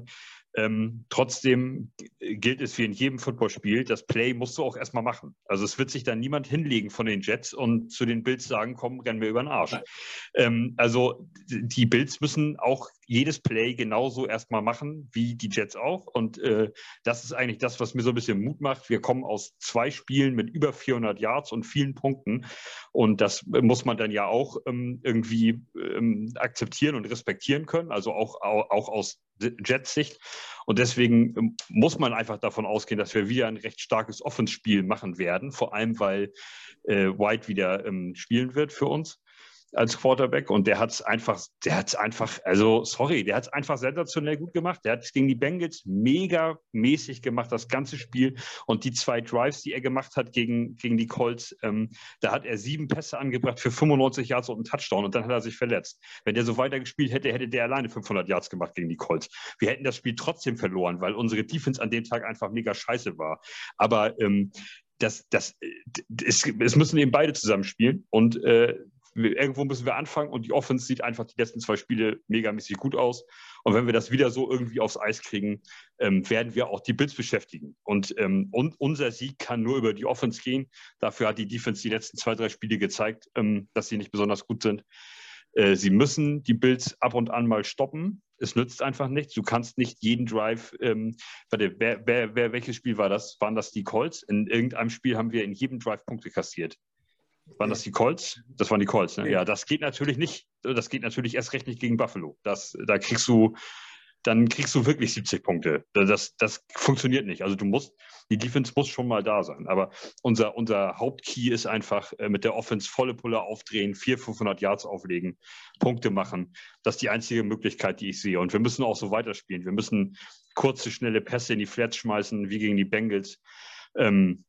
[SPEAKER 3] Ähm, trotzdem gilt es wie in jedem Footballspiel, das Play musst du auch erstmal machen. Also es wird sich dann niemand hinlegen von den Jets und zu den Bills sagen, komm, rennen wir über den Arsch. Ähm, also die Bills müssen auch jedes Play genauso erstmal machen, wie die Jets auch. Und äh, das ist eigentlich das, was mir so ein bisschen Mut macht. Wir kommen aus zwei Spielen mit über vierhundert Yards und vielen Punkten. Und das muss man dann ja auch ähm, irgendwie ähm, akzeptieren und respektieren können, also auch, auch, auch aus Jets-Sicht. Und deswegen ähm, muss man einfach davon ausgehen, dass wir wieder ein recht starkes Offense-Spiel machen werden, vor allem weil äh, White wieder ähm, spielen wird für uns als Quarterback und der hat es einfach, der hat es einfach, also sorry, der hat es einfach sensationell gut gemacht. Der hat es gegen die Bengals mega mäßig gemacht, das ganze Spiel und die zwei Drives, die er gemacht hat gegen, gegen die Colts, ähm, da hat er sieben Pässe angebracht für fünfundneunzig Yards und einen Touchdown und dann hat er sich verletzt. Wenn der so weitergespielt hätte, hätte der alleine fünfhundert Yards gemacht gegen die Colts. Wir hätten das Spiel trotzdem verloren, weil unsere Defense an dem Tag einfach mega scheiße war. Aber ähm, das, das, es, es müssen eben beide zusammenspielen und äh, irgendwo müssen wir anfangen und die Offense sieht einfach die letzten zwei Spiele megamäßig gut aus. Und wenn wir das wieder so irgendwie aufs Eis kriegen, ähm, werden wir auch die Bills beschäftigen. Und, ähm, und unser Sieg kann nur über die Offense gehen. Dafür hat die Defense die letzten zwei, drei Spiele gezeigt, ähm, dass sie nicht besonders gut sind. Äh, sie müssen die Bills ab und an mal stoppen. Es nützt einfach nichts. Du kannst nicht jeden Drive, ähm, warte, wer, wer, wer, welches Spiel war das? Waren das die Colts? In irgendeinem Spiel haben wir in jedem Drive Punkte kassiert. Waren das die Colts? Das waren die Colts, ne? Ja, das geht natürlich nicht. Das geht natürlich erst recht nicht gegen Buffalo. Das, da kriegst du, dann kriegst du wirklich siebzig Punkte. Das, das funktioniert nicht. Also du musst, die Defense muss schon mal da sein. Aber unser, unser Hauptkey ist einfach äh, mit der Offense volle Pulle aufdrehen, vierhundert, fünfhundert Yards auflegen, Punkte machen. Das ist die einzige Möglichkeit, die ich sehe. Und wir müssen auch so weiterspielen. Wir müssen kurze, schnelle Pässe in die Flats schmeißen, wie gegen die Bengals. Ähm,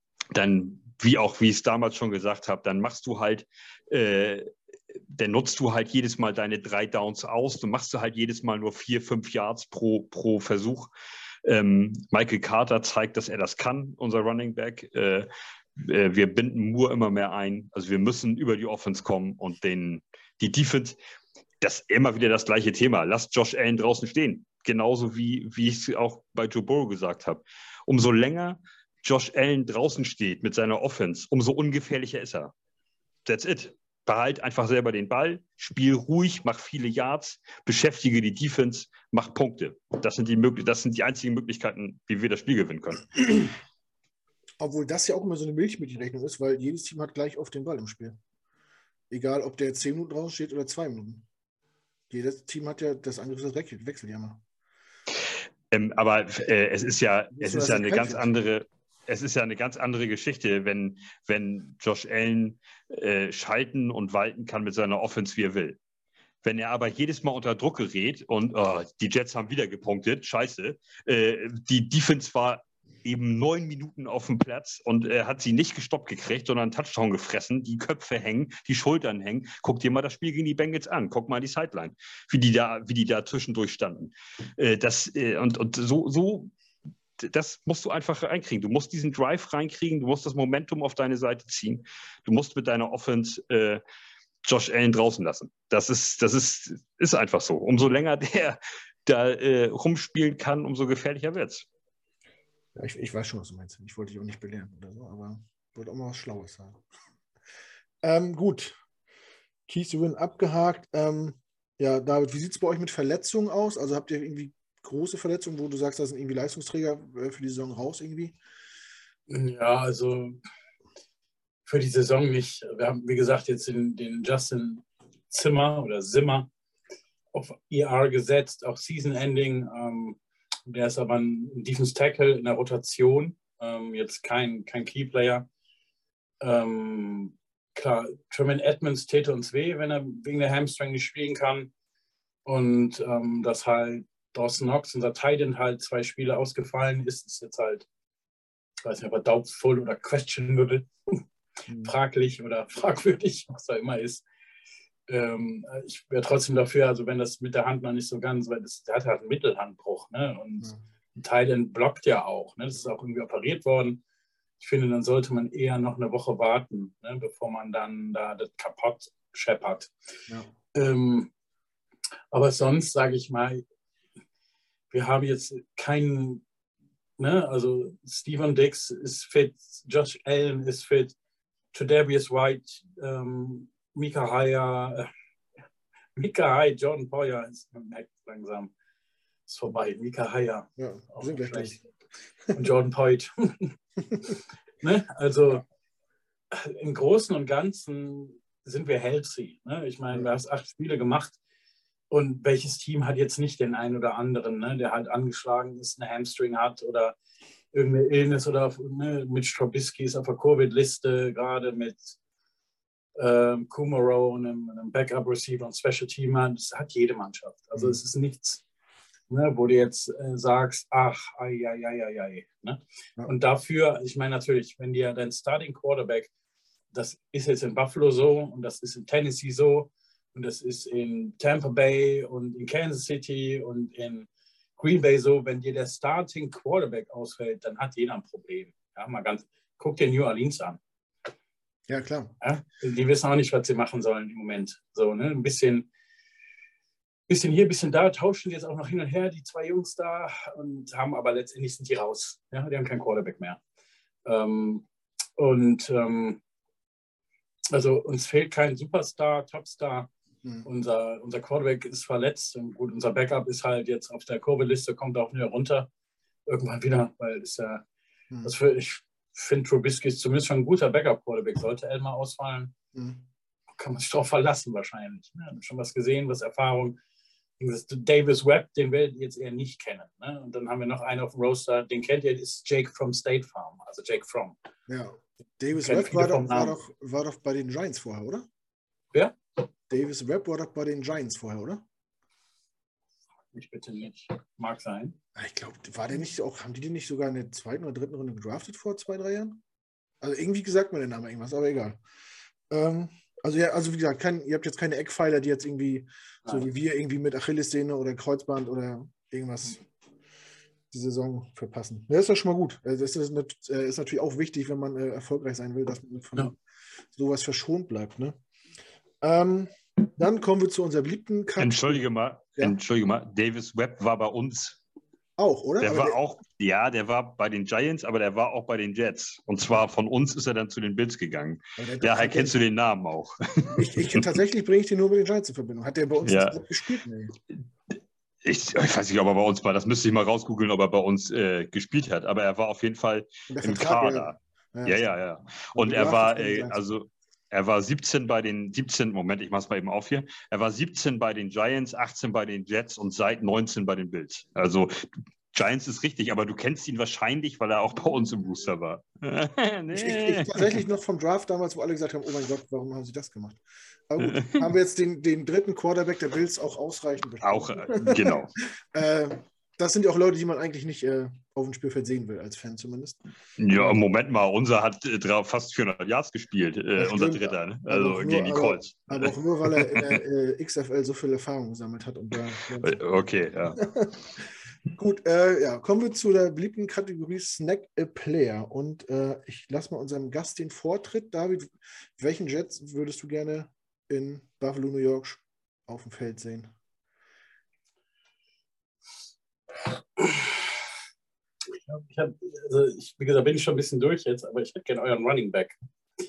[SPEAKER 3] dann, wie auch, wie ich es damals schon gesagt habe, dann machst du halt, äh, dann nutzt du halt jedes Mal deine drei Downs aus. Du machst du halt jedes Mal nur vier, fünf Yards pro, pro Versuch. Ähm, Michael Carter zeigt, dass er das kann, unser Running Back. Äh, äh, wir binden Moore immer mehr ein. Also wir müssen über die Offense kommen und den, die Defense, das ist immer wieder das gleiche Thema. Lasst Josh Allen draußen stehen. Genauso wie, wie ich es auch bei Joe Burrow gesagt habe. Umso länger Josh Allen draußen steht mit seiner Offense, umso ungefährlicher ist er. That's it. Behalt einfach selber den Ball, spiel ruhig, mach viele Yards, beschäftige die Defense, mach Punkte. Das sind die, das sind die einzigen Möglichkeiten, wie wir das Spiel gewinnen können.
[SPEAKER 1] Obwohl das ja auch immer so eine Milchmädchenrechnung ist, weil jedes Team hat gleich oft den Ball im Spiel. Egal, ob der zehn Minuten draußen steht oder zwei Minuten. Jedes Team hat ja das Angriffswechsel, Wechsel ja mal.
[SPEAKER 3] Ähm, aber äh, es ist ja, es ist ja eine ganz andere, es ist ja eine ganz andere Geschichte, wenn, wenn Josh Allen äh, schalten und walten kann mit seiner Offense, wie er will. Wenn er aber jedes Mal unter Druck gerät und oh, die Jets haben wieder gepunktet, scheiße, äh, die Defense war eben neun Minuten auf dem Platz und äh, hat sie nicht gestoppt gekriegt, sondern einen Touchdown gefressen, die Köpfe hängen, die Schultern hängen. Guck dir mal das Spiel gegen die Bengals an, guck mal die Sideline, wie die da, wie die da zwischendurch standen. Äh, das, äh, und, und so, so, das musst du einfach reinkriegen. Du musst diesen Drive reinkriegen, du musst das Momentum auf deine Seite ziehen. Du musst mit deiner Offense äh, Josh Allen draußen lassen. Das ist, das ist, ist einfach so. Umso länger der da äh, rumspielen kann, umso gefährlicher wird es.
[SPEAKER 1] Ja, ich, ich weiß schon, was du meinst. Ich wollte dich auch nicht belehren oder so, aber ich wollte auch mal was Schlaues sagen. ähm, gut. Keys to Win abgehakt. Ähm, ja, David, wie sieht es bei euch mit Verletzungen aus? Also habt ihr irgendwie große Verletzungen, wo du sagst, da sind irgendwie Leistungsträger für die Saison raus irgendwie?
[SPEAKER 2] Ja, also für die Saison nicht. Wir haben, wie gesagt, jetzt den, den Justin Zimmer oder Zimmer auf I R gesetzt, auch Season Ending. Ähm, der ist aber ein Defense Tackle in der Rotation, ähm, jetzt kein, kein Key Player. Ähm, klar, Tremaine Edmonds täte uns weh, wenn er wegen der Hamstring nicht spielen kann. Und ähm, dass halt Dawson Knox, unser Tight End, halt zwei Spiele ausgefallen ist, ist jetzt halt, ich weiß nicht, ob er doubtful oder questionable, hm. fraglich oder fragwürdig, was da immer ist. Ähm, ich wäre trotzdem dafür, also wenn das mit der Hand noch nicht so ganz, weil das, der hat halt einen Mittelhandbruch, ne? Und ja. Ein Tight End blockt ja auch, ne? Das ist auch irgendwie operiert worden. Ich finde, dann sollte man eher noch eine Woche warten, ne? Bevor man dann da das kaputt scheppert. Ja. Ähm, aber sonst, sage ich mal, wir haben jetzt keinen, ne, also Steven Dix ist fit, Josh Allen ist fit, Tre'Davious White, ähm, Mika Haya, äh, Mika Hyde, Jordan Poyer ist langsam ist vorbei. Mika Haya.
[SPEAKER 1] Ja, wir sind gleich durch.
[SPEAKER 2] Und Jordan Poyd. Ne? Also im Großen und Ganzen sind wir healthy. Ne? Ich meine, du hast acht Spiele gemacht und welches Team hat jetzt nicht den einen oder anderen, ne, der halt angeschlagen ist, eine Hamstring hat oder irgendeine Illness oder ne, mit Trubisky ist auf der Covid-Liste, gerade mit ähm, Kumaro, einem, einem Backup-Receiver und Special-Teamer. Das hat jede Mannschaft. Also mhm. es ist nichts, ne, wo du jetzt äh, sagst, ach, ai, ai, ai, ai, ai, ne? Ja. Und dafür, ich meine natürlich, wenn dir dein Starting Quarterback, das ist jetzt in Buffalo so und das ist in Tennessee so und das ist in Tampa Bay und in Kansas City und in Green Bay so, wenn dir der Starting Quarterback ausfällt, dann hat jeder ein Problem. Ja, mal ganz, guck dir New Orleans an.
[SPEAKER 1] Ja, klar.
[SPEAKER 2] Ja, die wissen auch nicht, was sie machen sollen im Moment. So, ne, ein bisschen Bisschen hier, bisschen da, tauschen jetzt auch noch hin und her, die zwei Jungs da, und haben aber letztendlich sind die raus. Ja, die haben keinen Quarterback mehr. Ähm, und ähm, also uns fehlt kein Superstar, Topstar. Mhm. Unser, unser Quarterback ist verletzt und gut, unser Backup ist halt jetzt auf der Covid-Liste, kommt auch wieder runter. Irgendwann wieder, weil ist ja, mhm. das für, ich finde, Trubisky ist zumindest schon ein guter Backup-Quarterback. Sollte Elmar ausfallen, mhm. kann man sich drauf verlassen wahrscheinlich. Ne? Haben schon was gesehen, was Erfahrung. Davis Webb, den wir jetzt eher nicht kennen. Ne? Und dann haben wir noch einen auf dem Roster, den kennt ihr, ist Jake from State Farm, also Jake Fromm.
[SPEAKER 1] Ja, Davis Webb war doch, war, doch, war doch bei den Giants vorher, oder?
[SPEAKER 2] Wer?
[SPEAKER 1] Davis Webb war doch bei den Giants vorher, oder?
[SPEAKER 2] Ich bitte nicht. Mag sein.
[SPEAKER 1] Ich glaube, war der nicht auch, haben die den nicht sogar in der zweiten oder dritten Runde gedraftet vor zwei, drei Jahren? Also irgendwie gesagt mir der Name irgendwas, aber egal. Ähm, Also ja, also wie gesagt, kein, ihr habt jetzt keine Eckpfeiler, die jetzt irgendwie, Nein. so wie wir, irgendwie mit Achillessehne oder Kreuzband oder irgendwas die Saison verpassen. Ja, ist ja schon mal gut. Also das ist, ist natürlich auch wichtig, wenn man äh, erfolgreich sein will, dass man von ja. sowas verschont bleibt. Ne? Ähm, dann kommen wir zu unserer beliebten Cut.
[SPEAKER 3] Entschuldige mal, ja? Entschuldige mal, Davis Webb war bei uns.
[SPEAKER 1] Auch, oder?
[SPEAKER 3] Der
[SPEAKER 1] aber
[SPEAKER 3] war
[SPEAKER 1] der,
[SPEAKER 3] auch, ja, der war bei den Giants, aber der war auch bei den Jets. Und zwar von uns ist er dann zu den Bills gegangen. Daher kennst du den Namen auch.
[SPEAKER 1] Ich, ich, tatsächlich bringe ich den nur mit den Giants in Verbindung. Hat der bei uns
[SPEAKER 3] ja.
[SPEAKER 1] gespielt? Nee.
[SPEAKER 3] Ich, ich weiß nicht, ob er bei uns war. Das müsste ich mal rausgoogeln, ob er bei uns äh, gespielt hat. Aber er war auf jeden Fall im Vertrag, Kader. Ja, ja, ja. ja. Und er war, äh, also er war siebzehn bei den, siebzehn, Moment, ich mach's mal eben auf hier. Er war siebzehn bei den Giants, achtzehn bei den Jets und seit neunzehn bei den Bills. Also Giants ist richtig, aber du kennst ihn wahrscheinlich, weil er auch bei uns im Booster war.
[SPEAKER 1] nee. ich, ich, ich tatsächlich noch vom Draft damals, wo alle gesagt haben, oh mein Gott, warum haben sie das gemacht? Aber gut, haben wir jetzt den, den dritten Quarterback der Bills auch ausreichend besprochen.
[SPEAKER 3] Auch, äh, genau.
[SPEAKER 1] äh, das sind ja auch Leute, die man eigentlich nicht äh, auf dem Spielfeld sehen will, als Fan zumindest.
[SPEAKER 3] Ja, Moment mal, unser hat äh, fast vierhundert Yards gespielt, äh, unser Dritter, ne? Also nur, gegen die Colts.
[SPEAKER 1] Aber, aber auch nur, weil er in der äh, X F L so viel Erfahrung gesammelt hat. Und da,
[SPEAKER 3] okay, ja.
[SPEAKER 1] Gut, äh, ja, kommen wir zu der beliebten Kategorie Snack a Player. Und äh, ich lasse mal unserem Gast den Vortritt. David, welchen Jets würdest du gerne in Buffalo, New York auf dem Feld sehen?
[SPEAKER 2] Ich hab, ich hab, also ich, wie gesagt, bin ich schon ein bisschen durch jetzt, aber ich hätte gerne euren Running Back.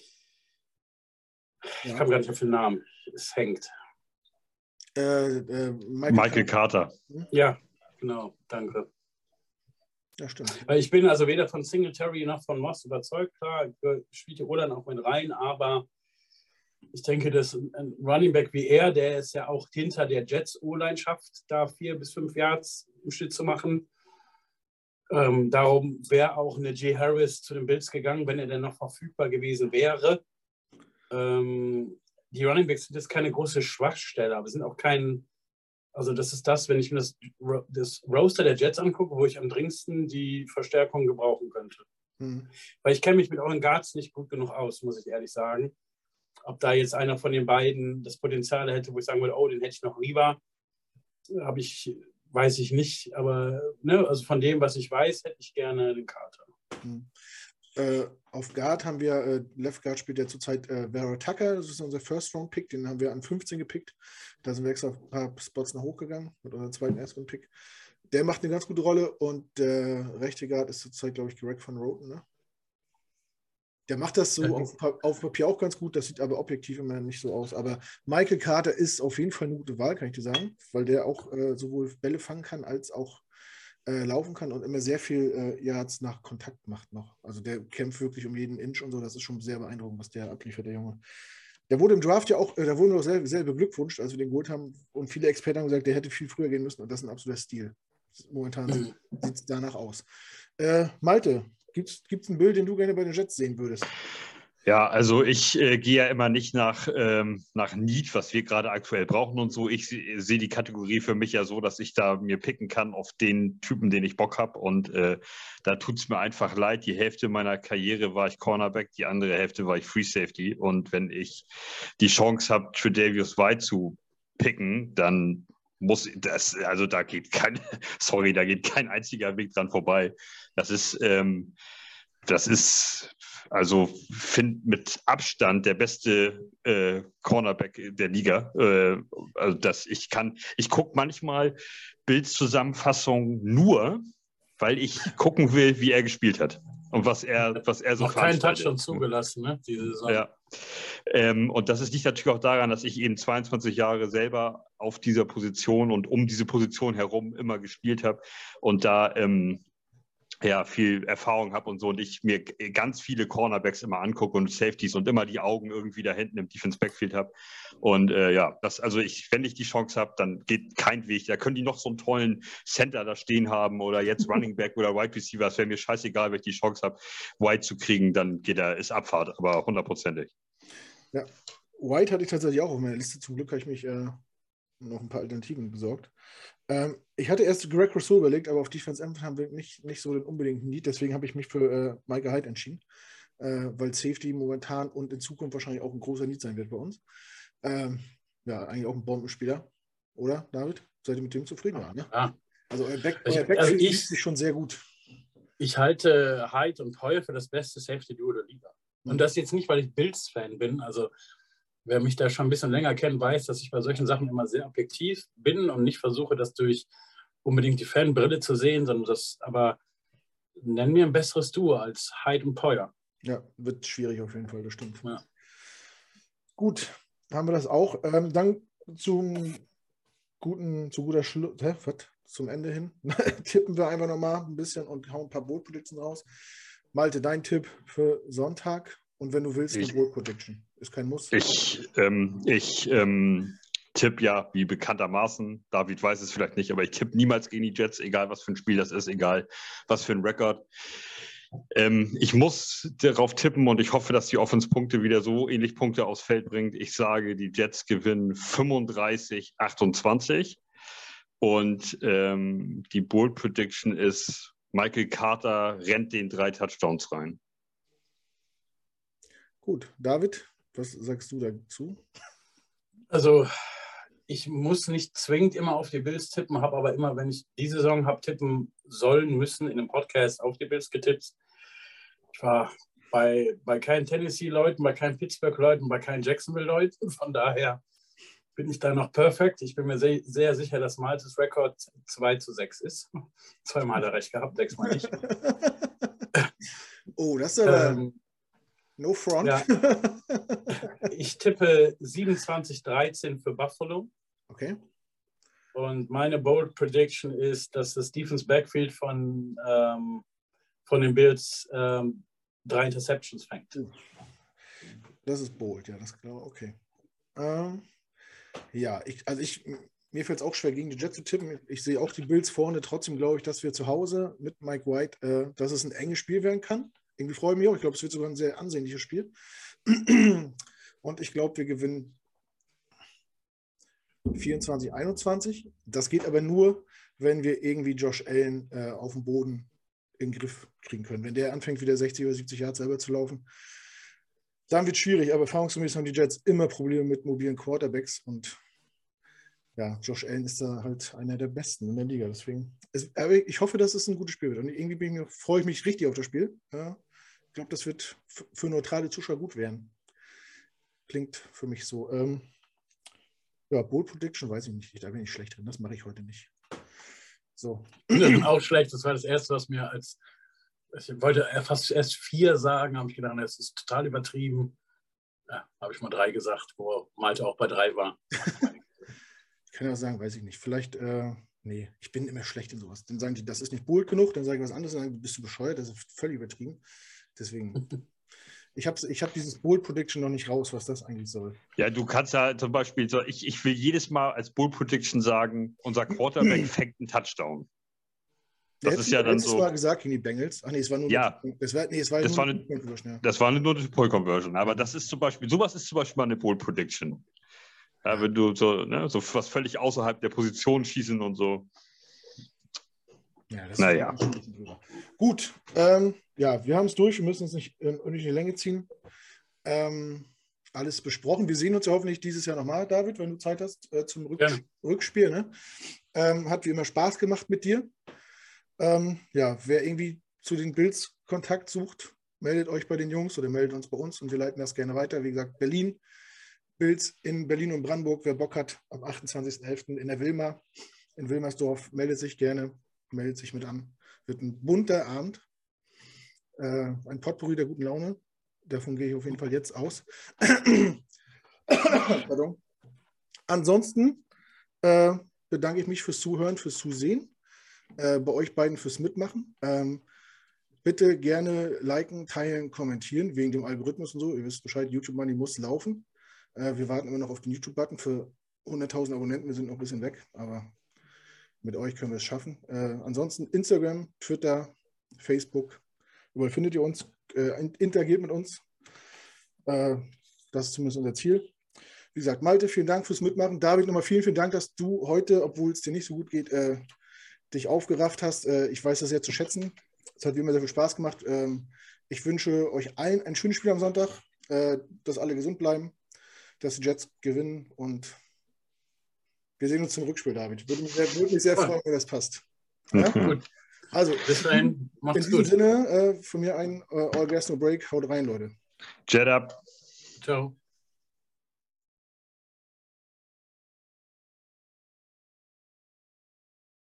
[SPEAKER 2] Ich ja. komme gar nicht auf den Namen. Es hängt.
[SPEAKER 1] Äh, äh,
[SPEAKER 3] Michael, Michael Carter.
[SPEAKER 2] Carter. Ja. Genau, danke.
[SPEAKER 1] Ja, stimmt.
[SPEAKER 2] Weil ich bin also weder von Singletary noch von Moss überzeugt. Klar, spielt der O-Line auch mit rein, aber ich denke, dass ein Running Back wie er, der es ja auch hinter der Jets O-Line schafft, da vier bis fünf Yards im Schnitt zu machen. Ähm, darum wäre auch eine J. Harris zu den Bills gegangen, wenn er denn noch verfügbar gewesen wäre. Ähm, die Running Backs sind jetzt keine große Schwachstelle, aber sind auch kein. Also das ist das, wenn ich mir das, das Roster der Jets angucke, wo ich am dringendsten die Verstärkung gebrauchen könnte. Mhm. Weil ich kenne mich mit euren Guards nicht gut genug aus, muss ich ehrlich sagen. Ob da jetzt einer von den beiden das Potenzial hätte, wo ich sagen würde, oh, den hätte ich noch lieber, habe ich, weiß ich nicht. Aber ne, also von dem, was ich weiß, hätte ich gerne den Carter.
[SPEAKER 1] Mhm. Äh, auf Guard haben wir, äh, Left Guard spielt ja zurzeit äh, Vera Tucker, das ist unser First-Round-Pick, den haben wir an fünfzehn gepickt. Da sind wir extra ein paar Spots nach hoch gegangen mit unserem zweiten Erstrunden-Pick. Der macht eine ganz gute Rolle und der rechte Guard ist zurzeit, glaube ich, Greg van Roten, ne? Der macht das so auf, auf Papier auch ganz gut, das sieht aber objektiv immer nicht so aus. Aber Michael Carter ist auf jeden Fall eine gute Wahl, kann ich dir sagen, weil der auch äh, sowohl Bälle fangen kann, als auch äh, laufen kann und immer sehr viel äh, Yards nach Kontakt macht noch. Also der kämpft wirklich um jeden Inch und so, das ist schon sehr beeindruckend, was der abliefert, der Junge. Der wurde im Draft ja auch, äh, da wurden wir auch sehr, sehr beglückwünscht, als wir den geholt haben und viele Experten haben gesagt, der hätte viel früher gehen müssen und das ist ein absoluter Stil. Momentan mhm. sieht es danach aus. Äh, Malte, gibt es ein Bild, den du gerne bei den Jets sehen würdest?
[SPEAKER 3] Ja, also ich äh, gehe ja immer nicht nach, ähm, nach Need, was wir gerade aktuell brauchen und so. Ich se sehe die Kategorie für mich ja so, dass ich da mir picken kann auf den Typen, den ich Bock habe. Und äh, da tut es mir einfach leid. Die Hälfte meiner Karriere war ich Cornerback, die andere Hälfte war ich Free Safety. Und wenn ich die Chance habe, Tre'Davious White zu picken, dann muss das, also da geht kein, sorry, da geht kein einziger Weg dran vorbei. Das ist, ähm, das ist, also finde mit Abstand der beste äh, Cornerback der Liga. Äh, also dass ich kann, ich gucke manchmal Bildzusammenfassungen nur, weil ich gucken will, wie er gespielt hat und was er, was er so
[SPEAKER 2] noch keinen Touchdown zugelassen, ne? Diese Saison.
[SPEAKER 3] Ja. Ähm, und das liegt natürlich auch daran, dass ich eben zweiundzwanzig Jahre selber auf dieser Position und um diese Position herum immer gespielt habe und da ähm, ja, viel Erfahrung habe und so und ich mir ganz viele Cornerbacks immer angucke und Safeties und immer die Augen irgendwie da hinten im Defense Backfield habe. Und äh, ja, das, also ich, wenn ich die Chance habe, dann geht kein Weg. Da können die noch so einen tollen Center da stehen haben oder jetzt Running Back oder Wide Receiver. Es wäre mir scheißegal, wenn ich die Chance habe, White zu kriegen, dann geht er, ist Abfahrt, aber hundertprozentig.
[SPEAKER 1] Ja, White hatte ich tatsächlich auch auf meiner Liste. Zum Glück habe ich mich äh, noch ein paar Alternativen besorgt. Ähm, ich hatte erst Greg Rousseau überlegt, aber auf Defense End haben wir nicht, nicht so den unbedingten Need. Deswegen habe ich mich für äh, Micah Hyde entschieden, äh, weil Safety momentan und in Zukunft wahrscheinlich auch ein großer Need sein wird bei uns. Ähm, ja, eigentlich auch ein Bombenspieler. Oder, David? Seid ihr mit dem zufrieden? Ja, ne?
[SPEAKER 2] Ja.
[SPEAKER 1] Also euer, Back,
[SPEAKER 2] also
[SPEAKER 1] euer
[SPEAKER 2] ich,
[SPEAKER 1] Backfield
[SPEAKER 2] also
[SPEAKER 1] liegt
[SPEAKER 2] ich,
[SPEAKER 1] sich schon sehr gut.
[SPEAKER 2] Ich halte Hyde und Hoyle für das beste Safety-Duo der Liga. Mhm. Und das jetzt nicht, weil ich Bills-Fan bin. Also wer mich da schon ein bisschen länger kennt, weiß, dass ich bei solchen Sachen immer sehr objektiv bin und nicht versuche, das durch unbedingt die Fanbrille zu sehen, sondern das, aber nennen wir ein besseres Duo als Hyde und Poyer.
[SPEAKER 1] Ja, wird schwierig auf jeden Fall, das stimmt.
[SPEAKER 2] Ja.
[SPEAKER 1] Gut, haben wir das auch. Ähm, dann zum guten, zu guter Schluss, hä, was? Zum Ende hin. Tippen wir einfach nochmal ein bisschen und hauen ein paar Bold Predictions raus. Malte, dein Tipp für Sonntag und wenn du willst, eine Bold Prediction. Ist kein Muss.
[SPEAKER 3] Ich, ähm, ich ähm, tippe ja, wie bekanntermaßen, David weiß es vielleicht nicht, aber ich tippe niemals gegen die Jets, egal was für ein Spiel das ist, egal was für ein Rekord. Ähm, ich muss darauf tippen und ich hoffe, dass die Offense-Punkte wieder so ähnlich Punkte aufs Feld bringt. Ich sage, die Jets gewinnen fünfunddreißig achtundzwanzig und ähm, die Bold Prediction ist, Michael Carter rennt den drei Touchdowns rein.
[SPEAKER 1] Gut, David, was sagst du dazu?
[SPEAKER 2] Also ich muss nicht zwingend immer auf die Bills tippen, habe aber immer, wenn ich die Saison habe tippen sollen, müssen, in einem Podcast auf die Bills getippt. Ich war bei, bei keinen Tennessee-Leuten, bei keinen Pittsburgh-Leuten, bei keinen Jacksonville-Leuten. Von daher bin ich da noch perfekt. Ich bin mir sehr, sehr sicher, dass Maltes Rekord zwei zu sechs ist. Zweimal hat er recht gehabt, sechsmal nicht.
[SPEAKER 1] Oh, das ist aber
[SPEAKER 2] ähm,
[SPEAKER 1] no front.
[SPEAKER 2] Ja. Ich tippe siebenundzwanzig dreizehn für Buffalo.
[SPEAKER 1] Okay.
[SPEAKER 2] Und meine Bold Prediction ist, dass das Defense Backfield von, ähm, von den Bills ähm, drei Interceptions fängt.
[SPEAKER 1] Das ist bold, ja, das glaube ich. Okay. Ähm, ja, ich, also ich, mir fällt es auch schwer, gegen die Jets zu tippen. Ich sehe auch die Bills vorne. Trotzdem glaube ich, dass wir zu Hause mit Mike White, äh, dass es ein enges Spiel werden kann. Irgendwie freue ich mich auch. Ich glaube, es wird sogar ein sehr ansehnliches Spiel. Und ich glaube, wir gewinnen vierundzwanzig einundzwanzig. Das geht aber nur, wenn wir irgendwie Josh Allen äh, auf dem Boden in den Griff kriegen können. Wenn der anfängt, wieder sechzig oder siebzig Yards selber zu laufen, dann wird es schwierig. Aber erfahrungsgemäß haben die Jets immer Probleme mit mobilen Quarterbacks. Und ja, Josh Allen ist da halt einer der Besten in der Liga. Deswegen, es, aber ich hoffe, dass es ein gutes Spiel wird. Und irgendwie bin ich, freue ich mich richtig auf das Spiel. Ja, ich glaube, das wird für neutrale Zuschauer gut werden. Klingt für mich so. Ähm, ja, Bold Prediction weiß ich nicht. Da bin ich schlecht drin. Das mache ich heute nicht. So.
[SPEAKER 2] Auch schlecht. Das war das Erste, was mir als, ich wollte fast erst vier sagen, habe ich gedacht, das ist total übertrieben. Ja, habe ich mal drei gesagt, wo Malte auch bei drei war.
[SPEAKER 1] Ich kann ja sagen, weiß ich nicht. Vielleicht, äh, nee, ich bin immer schlecht in sowas. Dann sagen die, das ist nicht bold genug, dann sage ich was anderes, dann sagen die, bist du bescheuert, das ist völlig übertrieben. Deswegen, ich habe ich hab dieses Bold Prediction noch nicht raus, was das eigentlich soll.
[SPEAKER 3] Ja, du kannst ja zum Beispiel, so, ich, ich will jedes Mal als Bold Prediction sagen, unser Quarterback fängt einen Touchdown. Das
[SPEAKER 1] Der
[SPEAKER 3] ist ja dann so.
[SPEAKER 1] Mal gesagt gegen die Bengals. Ach nee, es war nur
[SPEAKER 3] ja,
[SPEAKER 1] eine, das war, nee, es war
[SPEAKER 3] das
[SPEAKER 1] nur
[SPEAKER 3] war
[SPEAKER 1] eine,
[SPEAKER 3] eine,
[SPEAKER 1] ja.
[SPEAKER 3] das war eine nur eine Pole Conversion. Aber das ist zum Beispiel, sowas ist zum Beispiel mal eine Bold Prediction. Ja, wenn du so, ne, so was völlig außerhalb der Position schießen und so.
[SPEAKER 1] Ja, das
[SPEAKER 3] naja.
[SPEAKER 1] ist ein bisschen drüber. Gut, ähm, ja, wir haben es durch. Wir müssen uns nicht ähm, in die Länge ziehen. Ähm, alles besprochen. Wir sehen uns ja hoffentlich dieses Jahr nochmal, David, wenn du Zeit hast, äh, zum Rück
[SPEAKER 2] ja.
[SPEAKER 1] Rückspiel. Ne? Ähm, hat wie immer Spaß gemacht mit dir. Ähm, ja, wer irgendwie zu den Bills Kontakt sucht, meldet euch bei den Jungs oder meldet uns bei uns und wir leiten das gerne weiter. Wie gesagt, Berlin, Bills in Berlin und Brandenburg. Wer Bock hat, am achtundzwanzigsten elften in der Wilma, in Wilmersdorf, meldet sich gerne, meldet sich mit an. Wird ein bunter Abend. Äh, ein Potpourri der guten Laune. Davon gehe ich auf jeden Fall jetzt aus. Pardon. Ansonsten äh, bedanke ich mich fürs Zuhören, fürs Zusehen. Äh, bei euch beiden fürs Mitmachen. Ähm, bitte gerne liken, teilen, kommentieren, wegen dem Algorithmus und so. Ihr wisst Bescheid, YouTube Money muss laufen. Äh, wir warten immer noch auf den YouTube-Button für hunderttausend Abonnenten. Wir sind noch ein bisschen weg, aber mit euch können wir es schaffen. Äh, ansonsten Instagram, Twitter, Facebook, überall findet ihr uns. Äh, interagiert mit uns. Äh, das ist zumindest unser Ziel. Wie gesagt, Malte, vielen Dank fürs Mitmachen. David, nochmal vielen, vielen Dank, dass du heute, obwohl es dir nicht so gut geht, äh, dich aufgerafft hast. Äh, ich weiß das sehr zu schätzen. Es hat wie immer sehr viel Spaß gemacht. Ähm, ich wünsche euch allen ein schönes Spiel am Sonntag, äh, dass alle gesund bleiben, dass die Jets gewinnen und wir sehen uns zum Rückspiel, David. Würde mich sehr, würde mich sehr freuen, wenn das passt. Ja?
[SPEAKER 3] Gut.
[SPEAKER 1] Also,
[SPEAKER 2] bis dahin, macht's
[SPEAKER 1] in diesem
[SPEAKER 2] gut.
[SPEAKER 1] Sinne, äh, von mir ein äh, All Gas No Break. Haut rein, Leute.
[SPEAKER 3] Jet up.
[SPEAKER 2] Ciao.